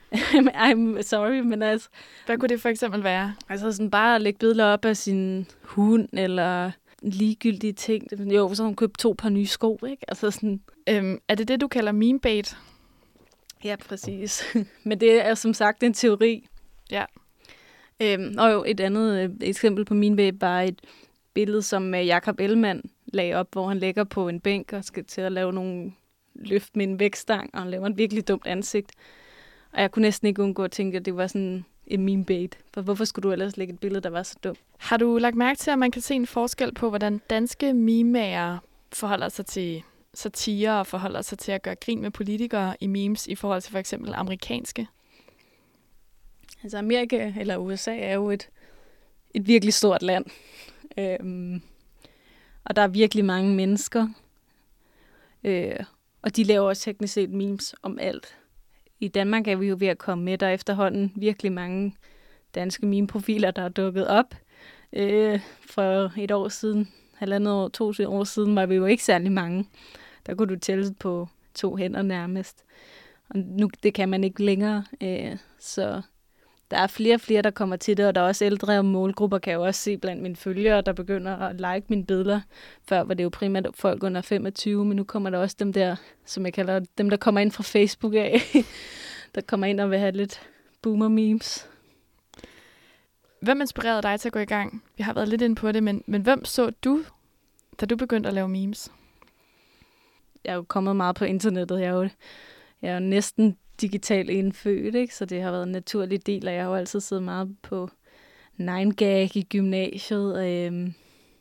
I'm sorry, men altså... Hvad kunne det for eksempel være? Altså sådan bare at lægge billeder op af sin hund, eller ligegyldige ting. Jo, så har hun købt to par nye sko, ikke? Altså sådan... Øhm, er det det, du kalder meme bait? Ja, præcis. Men det er som sagt en teori. Ja. Øhm, og jo, et andet øh, eksempel på meme bait var et billede, som øh, Jakob Ellemann lagde op, hvor han ligger på en bænk og skal til at lave nogle løft med en vægtstang, og han laver en virkelig dumt ansigt. Og jeg kunne næsten ikke undgå at tænke, at det var sådan en meme bait. For hvorfor skulle du ellers lægge et billede, der var så dumt? Har du lagt mærke til, at man kan se en forskel på, hvordan danske mememager forholder sig til satire og forholder sig til at gøre grin med politikere i memes i forhold til for eksempel amerikanske? Altså Amerika eller U S A er jo et, et virkelig stort land. Øhm, og der er virkelig mange mennesker. Øh, og de laver også teknisk set memes om alt. I Danmark er vi jo ved at komme med, der er efterhånden virkelig mange danske meme-profiler, der er dukket op. Øh, for et år siden, halvandet år, to år siden, var vi jo ikke særlig mange. Der kunne du tælle på to hænder nærmest. Og nu, det kan man ikke længere. Øh, så der er flere og flere, der kommer til det, og der er også ældre og målgrupper, kan jeg jo også se blandt mine følgere, der begynder at like mine billeder. Før var det jo primært folk under femogtyve, men nu kommer der også dem der, som jeg kalder dem, der kommer ind fra Facebook af, der kommer ind og vil have lidt boomer memes. Hvem inspirerede dig til at gå i gang? Vi har været lidt inde på det, men, men hvem så du, da du begyndte at lave memes? Jeg er jo kommet meget på internettet. Jeg er jo, jeg er jo næsten digitalt indfødt, ikke? Så det har været en naturlig del, og jeg har jo altid siddet meget på nine gag i gymnasiet. Øhm.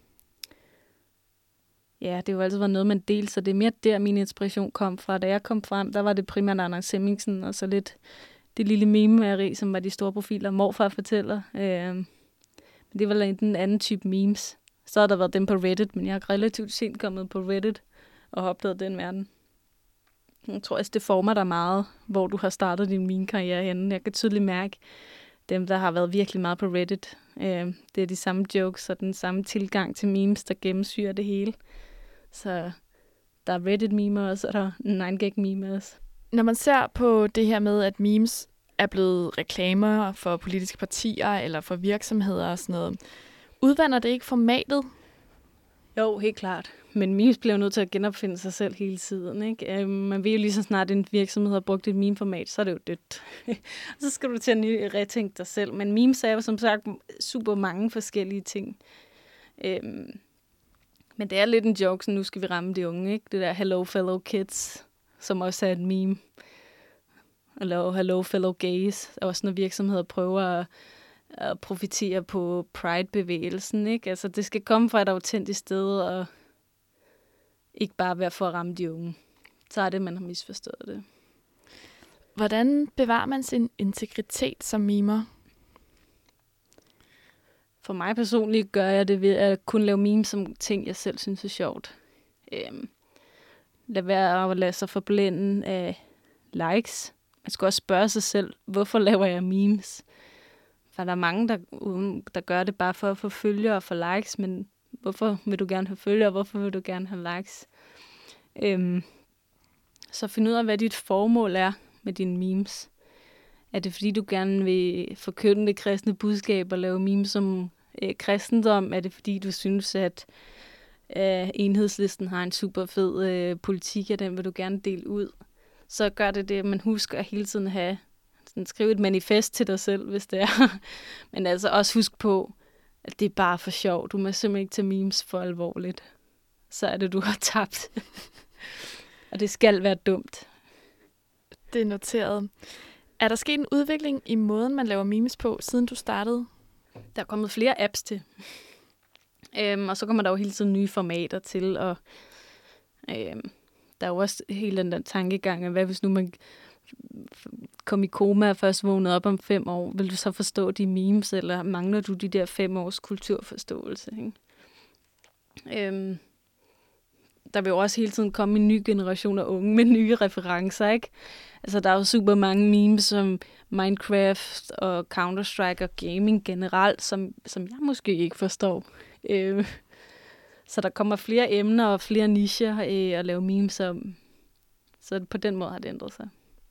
Ja, det har jo altid været noget, man delte, så det er mere der, min inspiration kom fra. Da jeg kom frem, der var det primært Anders Hemmingsen, og så lidt det lille meme-mæreri, som var de store profiler, morfar fortæller. Øhm. Men det var lidt en anden type memes. Så har der været dem på Reddit, men jeg har relativt sent kommet på Reddit og har opdaget den verden. Jeg tror også, det former dig meget, hvor du har startet din meme-karriere henne. Jeg kan tydeligt mærke, dem, der har været virkelig meget på Reddit, øh, det er de samme jokes og den samme tilgang til memes, der gennemsyrer det hele. Så der er Reddit-memers, og der er nine gag-memers. Når man ser på det her med, at memes er blevet reklamer for politiske partier eller for virksomheder og sådan noget, udvander det ikke formatet? Jo, helt klart. Men memes bliver nødt til at genopfinde sig selv hele tiden, ikke? Man ved jo lige så snart, at en virksomhed har brugt et meme-format, så er det jo dødt. Så skal du til at retænke dig selv. Men memes er jo som sagt super mange forskellige ting. Øhm, men det er lidt en joke, så nu skal vi ramme de unge, ikke? Det der hello fellow kids, som også er et meme. Eller hello fellow gays, også når virksomheder prøver at at profitere på Pride-bevægelsen, ikke? Altså, det skal komme fra et autentisk sted, og ikke bare være for at ramme de unge. Så er det, man har misforstået det. Hvordan bevarer man sin integritet som memer? For mig personligt gør jeg det ved at kunne lave memes som ting, jeg selv synes er sjovt. Øhm, lad være at lade sig forblænde af likes. Man skal også spørge sig selv, hvorfor laver jeg memes? For der er mange, der, der gør det bare for at få følgere og få likes, men hvorfor vil du gerne have følgere, og hvorfor vil du gerne have likes? Øhm, så find ud af, hvad dit formål er med dine memes. Er det, fordi du gerne vil forkynde det kristne budskab og lave memes om øh, kristendom? Er det, fordi du synes, at øh, Enhedslisten har en super fed øh, politik, og den vil du gerne dele ud? Så gør det det, man husker at hele tiden have. Sådan, skriv et manifest til dig selv, hvis det er. Men altså også husk på, at det er bare for sjov. Du må simpelthen ikke tage memes for alvorligt. Så er det, du har tabt. Og det skal være dumt. Det er noteret. Er der sket en udvikling i måden, man laver memes på, siden du startede? Der er kommet flere apps til. Øhm, og så kommer der jo hele tiden nye formater til. Og øhm, der er jo også hele den der tankegang af, hvad hvis nu man kom i koma og først vågnede op om fem år, vil du så forstå de memes, eller mangler du de der fem års kulturforståelse? Ikke? Øhm, der vil jo også hele tiden komme en ny generation af unge med nye referencer, ikke? Altså, der er jo super mange memes som Minecraft og Counter-Strike og gaming generelt, som, som jeg måske ikke forstår. Øh, så der kommer flere emner og flere nicher øh, at lave memes om. Så på den måde har det ændret sig.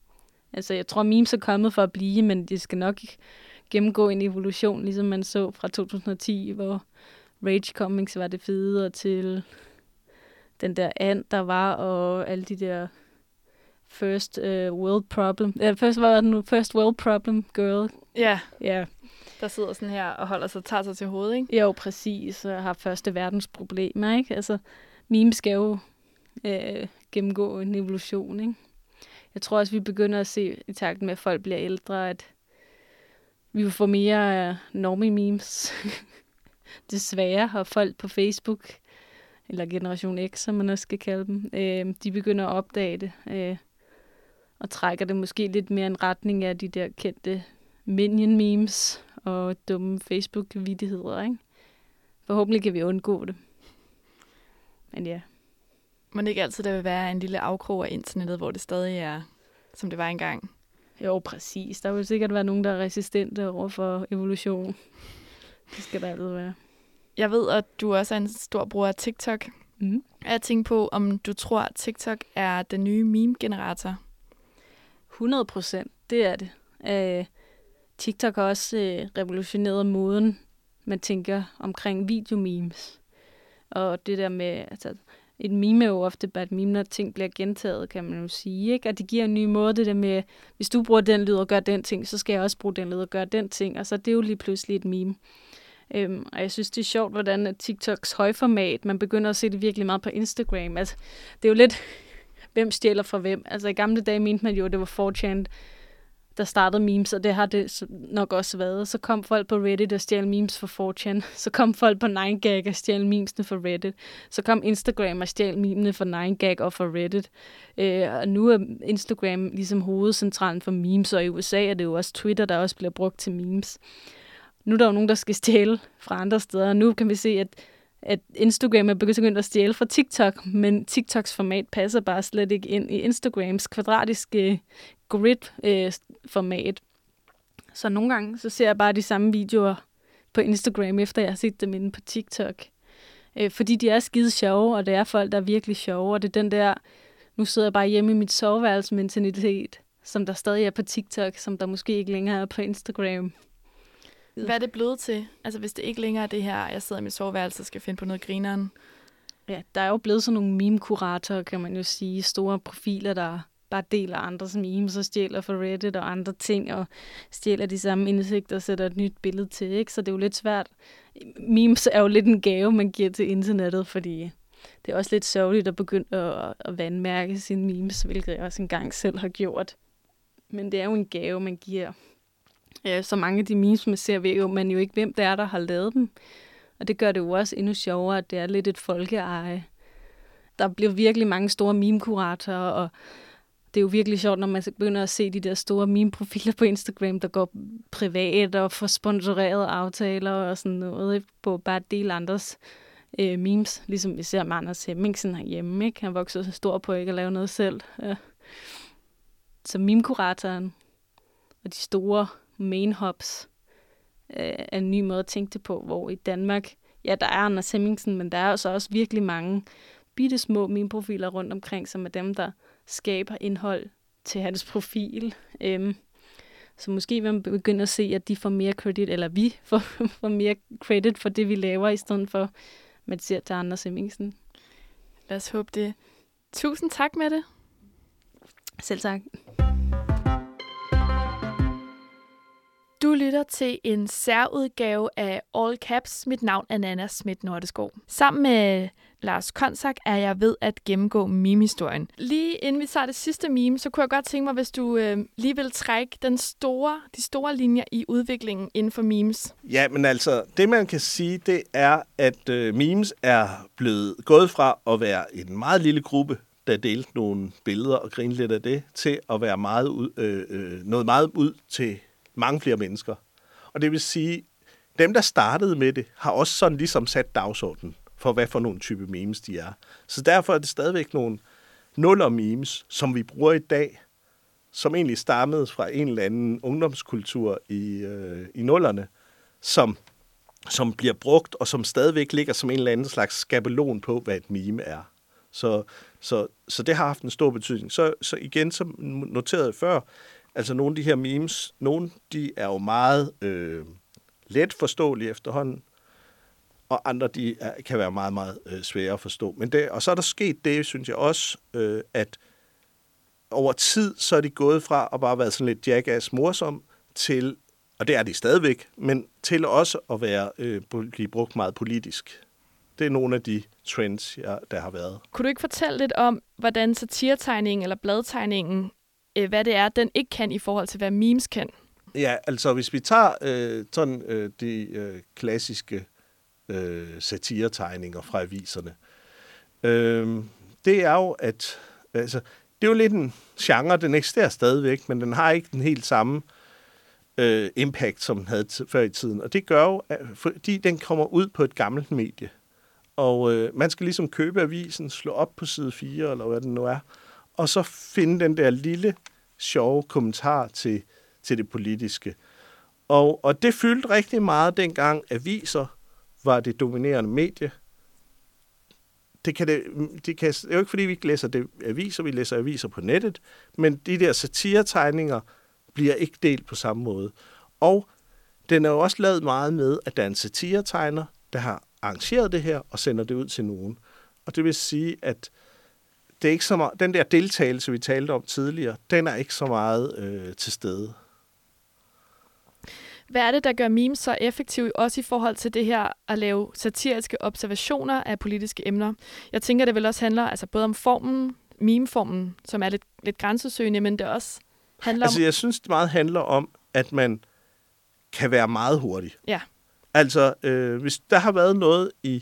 Altså, jeg tror, memes er kommet for at blive, men det skal nok gennemgå en evolution, ligesom man så fra to tusind og ti, hvor Rage Comics var det fede, og til den der and, der var, og alle de der first uh, world problem. Ja, først var den first world problem girl. Ja, Ja, der sidder sådan her og holder sig, tager sig til hovedet, ikke? jo, præcis, og har første verdens problemer, ikke? Altså, memes skal jo øh, gennemgå en evolution, ikke? Jeg tror også, vi begynder at se, i takt med, at folk bliver ældre, at vi vil få mere uh, normie memes. Desværre har folk på Facebook, eller Generation X, som man også skal kalde dem, øh, de begynder at opdage det, øh, og trækker det måske lidt mere en retning af de der kendte minion-memes og dumme Facebook-vittigheder, ikke? Forhåbentlig kan vi undgå det. Men ja. Må det ikke altid der vil være en lille afkrog af internettet, hvor det stadig er, som det var engang? Jo, præcis. Der vil sikkert være nogen, der er resistente over for evolution. Det skal der altid være. Jeg ved, at du også er en stor bruger af TikTok. Mm. Jeg tænker på, om du tror, at TikTok er den nye meme-generator? hundrede procent, det er det. Øh, TikTok har også øh, revolutioneret måden, man tænker omkring videomemes. Og det der med, altså, et meme er jo ofte bare et meme, når ting bliver gentaget, kan man jo sige, ikke? Og det giver en ny måde, det der med, hvis du bruger den lyd og gør den ting, så skal jeg også bruge den lyd og gøre den ting, og så er det jo lige pludselig et meme. Øhm, og jeg synes, det er sjovt, hvordan at TikToks højformat, man begynder at se det virkelig meget på Instagram. Altså, det er jo lidt, hvem stjæler fra hvem. Altså, i gamle dage mente man jo, at det var four chan, der startede memes, og det har det nok også været. Så kom folk på Reddit og stjal memes fra four chan. Så kom folk på nine gag og stjal memesene fra Reddit. Så kom Instagram og stjal memene fra nine gag og fra Reddit. Øh, og nu er Instagram ligesom hovedcentralen for memes, og i U S A er det jo også Twitter, der også bliver brugt til memes. Nu er der jo nogen, der skal stjæle fra andre steder, og nu kan vi se, at, at Instagram er begyndt at stjæle fra TikTok, men TikToks format passer bare slet ikke ind i Instagrams kvadratiske grid-format. Øh, så nogle gange så ser jeg bare de samme videoer på Instagram, efter jeg har set dem inde på TikTok. Øh, fordi de er skide sjove, og det er folk, der er virkelig sjove, og det er den der, nu sidder jeg bare hjemme i mit soveværelse-mentalitet, som der stadig er på TikTok, som der måske ikke længere er på Instagram. Hvad er det blevet til? Altså, hvis det ikke længere er det her, jeg sidder i mit soveværelse og skal finde på noget grineren. Ja, der er jo blevet sådan nogle meme-kuratorer, kan man jo sige. Store profiler, der bare deler andres memes og stjæler fra Reddit og andre ting, og stjæler de samme indsigter og sætter et nyt billede til, ikke? Så det er jo lidt svært. Memes er jo lidt en gave, man giver til internettet, fordi det er også lidt sørgeligt at begynde at, at vandmærke sine memes, hvilket jeg også engang selv har gjort. Men det er jo en gave, man giver. Ja, så mange af de memes, man ser, ved jo man jo ikke, hvem det er, der har lavet dem. Og det gør det jo også endnu sjovere, at det er lidt et folkeeje. Der bliver virkelig mange store meme-kuratorer, og det er jo virkelig sjovt, når man begynder at se de der store meme-profiler på Instagram, der går privat og får sponsorerede aftaler og sådan noget, på bare at dele andres øh, memes. Ligesom vi ser med Anders Hemmingsen herhjemme, ikke? Han voksede så stor på ikke at lave noget selv. Ja. Så meme-kuratoren og de store main hubs øh, er en ny måde at tænke det på, hvor i Danmark, ja, der er Anders Hemmingsen, men der er så også virkelig mange bitte små meme-profiler rundt omkring, som er dem, der skaber indhold til hans profil. Øhm, så måske vil man begynde at se, at de får mere credit, eller vi får, får mere credit for det, vi laver, i stedet for, man ser til Anders Hemmingsen. Lad os håbe det. Tusind tak med det. Selv tak. Du lytter til en særudgave af All Caps. Mit navn er Nana Schmidt Nordeskov. Sammen med Lars Konsak er jeg ved at gennemgå meme-historien. Lige inden vi tager det sidste meme, så kunne jeg godt tænke mig, hvis du øh, lige vil trække den store, de store linjer i udviklingen inden for memes. Ja, men altså, det man kan sige, det er, at øh, memes er blevet gået fra at være en meget lille gruppe, der delte nogle billeder og grinede lidt af det, til at være meget ud, øh, øh, noget meget ud til mange flere mennesker. Og det vil sige, dem, der startede med det, har også sådan ligesom sat dagsordenen for, hvad for nogle type memes de er. Så derfor er det stadigvæk nogle nuller memes, som vi bruger i dag, som egentlig stammede fra en eller anden ungdomskultur i, øh, i nullerne, som, som bliver brugt, og som stadigvæk ligger som en eller anden slags skabelon på, hvad et meme er. Så, så, så det har haft en stor betydning. Så, så igen, som noteret før, Altså nogle af de her memes, nogle de er jo meget øh, let forståelige efterhånden, og andre de er, kan være meget, meget øh, svære at forstå. Men det, og så er der sket det, synes jeg også, øh, at over tid, så er de gået fra at bare være sådan lidt jackass morsom til, og det er de stadigvæk, men til også at være, øh, blive brugt meget politisk. Det er nogle af de trends, ja, der har været. Kunne du ikke fortælle lidt om, hvordan satiretegningen eller bladtegningen, øh, hvad det er, den ikke kan i forhold til, hvad memes kan? Ja, altså hvis vi tager øh, sådan øh, de øh, klassiske øh, satiretegninger fra aviserne, øh, det er jo, at altså, det er jo lidt en genre, den eksisterer stadigvæk, men den har ikke den helt samme øh, impact, som den havde t- før i tiden. Og det gør jo, at, fordi den kommer ud på et gammelt medie. Og øh, man skal ligesom købe avisen, slå op på side fire, eller hvad det nu er, og så finde den der lille, sjove kommentar til, til det politiske. Og, og det fyldte rigtig meget dengang aviser var det dominerende medie. Det, kan det, det, kan, det er jo ikke, fordi vi ikke læser det aviser, vi læser aviser på nettet, men de der satiretegninger bliver ikke delt på samme måde. Og den er jo også lavet meget med, at der er en satiretegner, der har arrangeret det her og sender det ud til nogen. Og det vil sige, at det er ikke så meget, den der deltagelse, vi talte om tidligere, den er ikke så meget øh, til stede. Hvad er det, der gør memes så effektive, også i forhold til det her at lave satiriske observationer af politiske emner? Jeg tænker, det vel også handler altså både om formen, memeformen, som er lidt, lidt grænsesøgende, men det også handler altså, om... jeg synes, det meget handler om, at man kan være meget hurtig. Ja. Altså, øh, hvis der har været noget i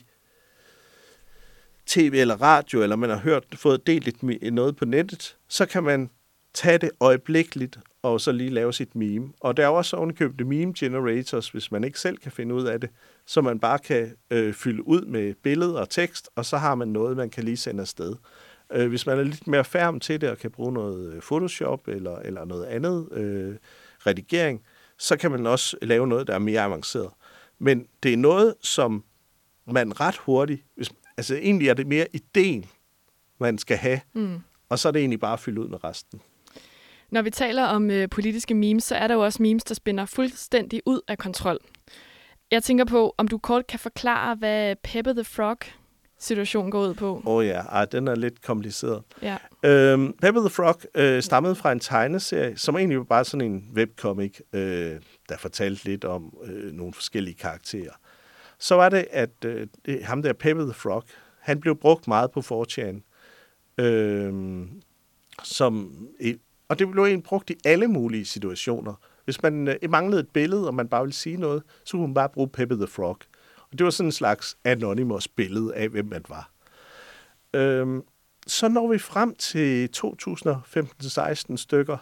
tv eller radio, eller man har hørt, fået delt lidt noget på nettet, så kan man tage det øjeblikkeligt, og så lige lave sit meme. Og der er også ovenikøbte meme generators, hvis man ikke selv kan finde ud af det, så man bare kan øh, fylde ud med billeder og tekst, og så har man noget, man kan lige sende afsted. Øh, hvis man er lidt mere færm til det, og kan bruge noget Photoshop, eller, eller noget andet øh, redigering, så kan man også lave noget, der er mere avanceret. Men det er noget, som man ret hurtigt, hvis, altså egentlig er det mere ideen, man skal have, mm. og så er det egentlig bare at fylde ud med resten. Når vi taler om øh, politiske memes, så er der jo også memes, der spænder fuldstændig ud af kontrol. Jeg tænker på, om du kort kan forklare, hvad Peppa the Frog-situationen går ud på. Åh oh ja, Ej, den er lidt kompliceret. Ja. Øhm, Peppa the Frog øh, stammede fra en tegneserie, som egentlig var bare sådan en webcomic, øh, der fortalte lidt om øh, nogle forskellige karakterer. Så var det, at øh, det, ham der Peppa the Frog, han blev brugt meget på four chan. Øh, som, og det blev egentlig brugt i alle mulige situationer. Hvis man øh, manglede et billede, og man bare ville sige noget, så kunne man bare bruge Peppa the Frog. Og det var sådan en slags anonymous billede af, hvem man var. Øh, så når vi frem til to tusind og femten til seksten stykker,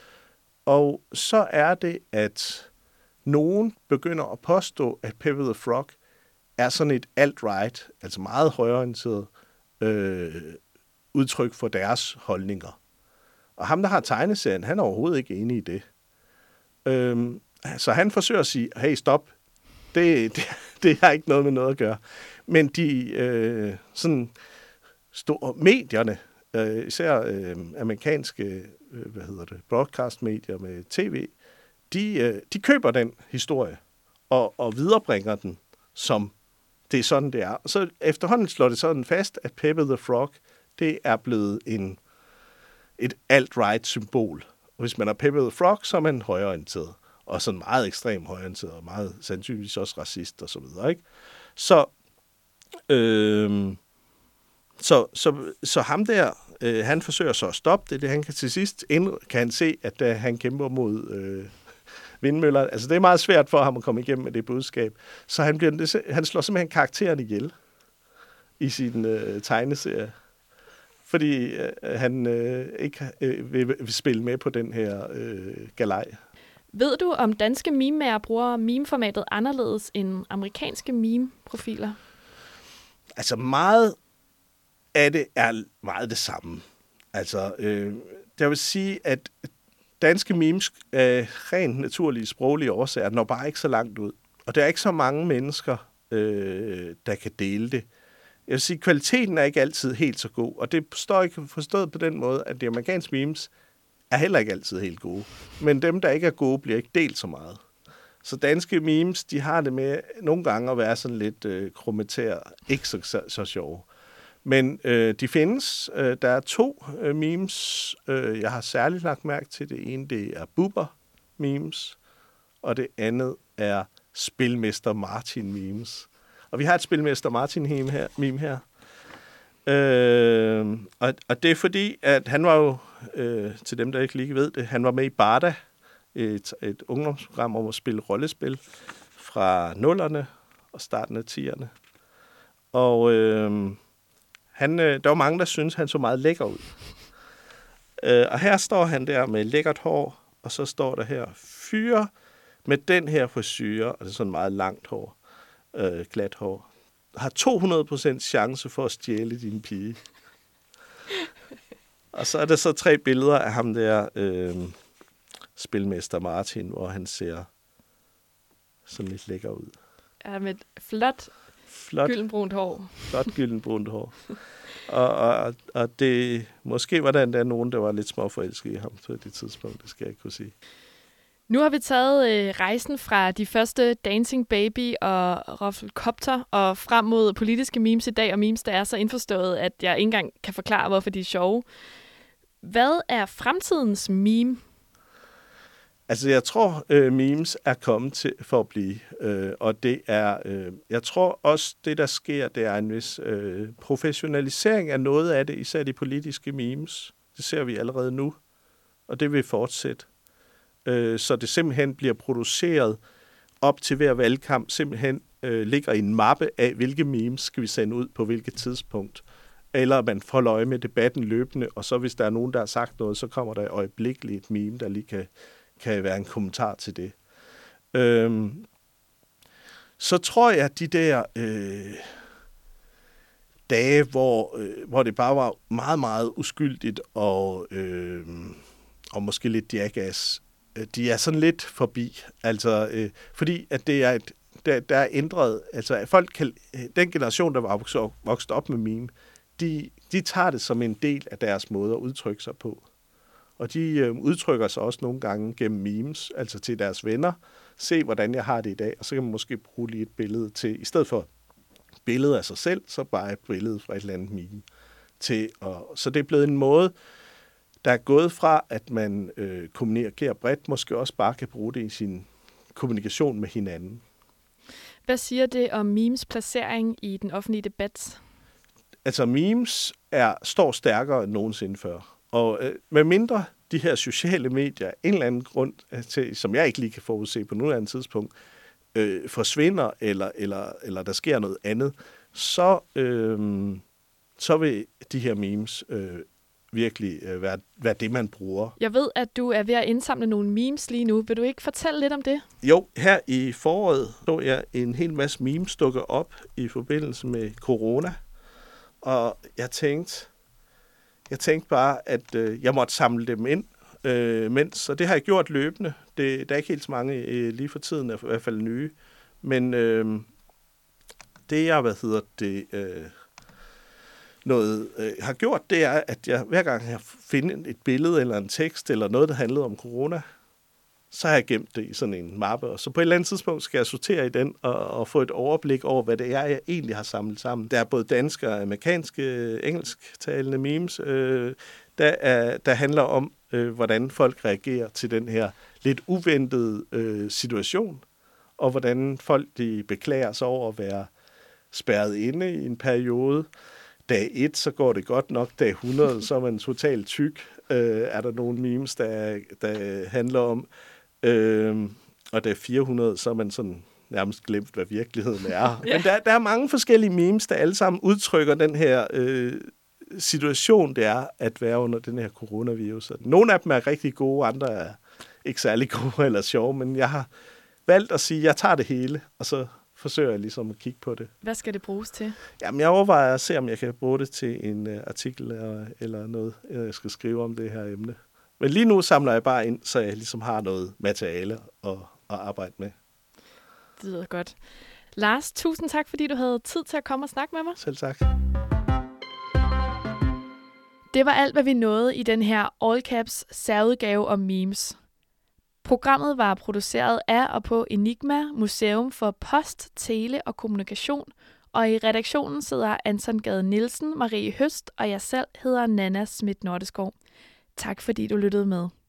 og så er det, at nogen begynder at påstå, at Peppa the Frog er sådan et alt-right, altså meget højreorienteret øh, udtryk for deres holdninger. Og ham, der har tegneserien, han er overhovedet ikke enig i det. Øhm, så han forsøger at sige, hey, stop, det, det, det har ikke noget med noget at gøre. Men de øh, sådan store medierne, øh, især øh, amerikanske øh, hvad hedder det, broadcast-medier med tv, de, øh, de køber den historie og, og viderebringer den, som det er sådan, det er. Og så efterhånden slår det sådan fast, at Peppa the Frog, det er blevet en, et alt-right symbol. Og hvis man er Peppa the Frog, så er man højreorienteret. Og sådan meget ekstrem højreorienteret, og meget sandsynligvis også racist og så videre, ikke? Så, øh, så, så, så ham der, øh, han forsøger så at stoppe det. det han kan til sidst endnu, kan han se, at uh, han kæmper mod øh, vindmøller. Altså det er meget svært for ham at komme igennem med det budskab. Så han, bliver, han slår simpelthen karakteren ihjel i sin øh, tegneserie. Fordi øh, han øh, ikke øh, vil, vil spille med på den her øh, galej. Ved du, om danske mememager bruger memeformatet anderledes end amerikanske meme-profiler? Altså meget af det er meget det samme. Altså, øh, jeg vil sige, at danske memes af rent naturlige sproglige årsager når bare ikke så langt ud. Og der er ikke så mange mennesker, øh, der kan dele det. Jeg vil sige, kvaliteten er ikke altid helt så god, og det står ikke forstået på den måde, at de amerikanske memes er heller ikke altid helt gode. Men dem, der ikke er gode, bliver ikke delt så meget. Så danske memes, de har det med nogle gange at være sådan lidt øh, kromatær, ikke så, så, så sjove. Men øh, de findes. Øh, der er to øh, memes, øh, jeg har særligt lagt mærke til. Det ene, det er Bubber memes, og det andet er Spilmester Martin memes. Og vi har et Spilmester Martin meme her. Meme her. Øh, og, og det er fordi, at han var jo, øh, til dem, der ikke lige ved det, han var med i Barda, et, et ungdomsprogram om at spille rollespil fra nullerne og starten af tierne. Og øh, han, der var mange, der syntes, han så meget lækker ud. Øh, og her står han der med lækkert hår, og så står der her, fyre med den her frisyre, og det er sådan meget langt hår, øh, glat hår, har to hundrede procent chance for at stjæle din pige. Og så er der så tre billeder af ham der, øh, Spilmester Martin, hvor han ser sådan lidt lækker ud. Ja, med et flot, flot gyldenbrunt hår. Flot gyldenbrunt hår. og, og, og det måske var der endda nogen, der var lidt småforelsket i ham på det tidspunkt, det skal jeg ikke kunne sige. Nu har vi taget øh, rejsen fra de første Dancing Baby og Rufflecopter og frem mod politiske memes i dag, og memes, der er så indforstået, at jeg ikke engang kan forklare, hvorfor de er sjove. Hvad er fremtidens meme? Altså, jeg tror, øh, memes er kommet til for at blive, øh, og det er, øh, jeg tror også, det der sker, det er en vis øh, professionalisering af noget af det, især de politiske memes. Det ser vi allerede nu, og det vil fortsætte. Øh, så det simpelthen bliver produceret op til hver valgkamp, simpelthen øh, ligger i en mappe af, hvilke memes skal vi sende ud på hvilket tidspunkt. Eller man får øje med debatten løbende, og så hvis der er nogen, der har sagt noget, så kommer der øjeblikkeligt et meme, der lige kan kan være en kommentar til det. Øhm, så tror jeg, at de der øh, dage, hvor, øh, hvor det bare var meget, meget uskyldigt og, øh, og måske lidt jackass, øh, de er sådan lidt forbi. Altså, øh, fordi at det er et, der, der er ændret, altså at folk kan, den generation, der var vokset op med meme, de, de tager det som en del af deres måde at udtrykke sig på. Og de øh, udtrykker sig også nogle gange gennem memes, altså til deres venner. Se, hvordan jeg har det i dag, og så kan man måske bruge lige et billede til, i stedet for billede af sig selv, så bare et billede fra et eller andet meme. Til, og, så det er blevet en måde, der er gået fra, at man øh, kommunikerer bredt, måske også bare kan bruge det i sin kommunikation med hinanden. Hvad siger det om memes placering i den offentlige debat? Altså, memes er, står stærkere end nogensinde før. Og øh, med mindre de her sociale medier, en eller anden grund til, som jeg ikke lige kan forudse på nuværende tidspunkt, øh, forsvinder, eller, eller, eller der sker noget andet, så, øh, så vil de her memes øh, virkelig øh, være, være det, man bruger. Jeg ved, at du er ved at indsamle nogle memes lige nu. Vil du ikke fortælle lidt om det? Jo, her i foråret så jeg en hel masse memes dukke op i forbindelse med corona. Og jeg tænkte, jeg tænkte bare, at øh, jeg måtte samle dem ind, øh, mens, så det har jeg gjort løbende. Det, der er ikke helt så mange øh, lige for tiden, i hvert fald nye. Men øh, det, jeg, hvad hedder det, øh, noget, øh, har gjort, det er, at jeg hver gang jeg finder et billede eller en tekst, eller noget, der handlede om corona, så har jeg gemt det i sådan en mappe. Og så på et eller andet tidspunkt skal jeg sortere i den og, og få et overblik over, hvad det er, jeg egentlig har samlet sammen. Der er både danske og amerikanske, engelsktalende memes, øh, der, er, der handler om, øh, hvordan folk reagerer til den her lidt uventede øh, situation, og hvordan folk de beklager sig over at være spærret inde i en periode. Dag et, så går det godt nok. Dag hundrede, så er man totalt tyk. Øh, er der nogle memes, der, der handler om. Øh, og dag fire hundrede, så er man sådan nærmest glemt, hvad virkeligheden er. Ja. Men der, der er mange forskellige memes, der alle sammen udtrykker den her øh, situation, det er at være under den her coronavirus. Nogle af dem er rigtig gode, andre er ikke særlig gode eller sjove, men jeg har valgt at sige, at jeg tager det hele, og så forsøger jeg ligesom at kigge på det. Hvad skal det bruges til? Jamen, jeg overvejer at se, om jeg kan bruge det til en uh, artikel eller, eller noget, jeg skal skrive om det her emne. Men lige nu samler jeg bare ind, så jeg ligesom har noget materiale at, at arbejde med. Det lyder godt. Lars, tusind tak, fordi du havde tid til at komme og snakke med mig. Selv tak. Det var alt, hvad vi nåede i den her All Caps særudgave om memes. Programmet var produceret af og på Enigma, Museum for Post, Tele og Kommunikation, og i redaktionen sidder Anton Gade Nielsen, Marie Høst og jeg selv hedder Nanna Schmidt Nordeskov. Tak fordi du lyttede med.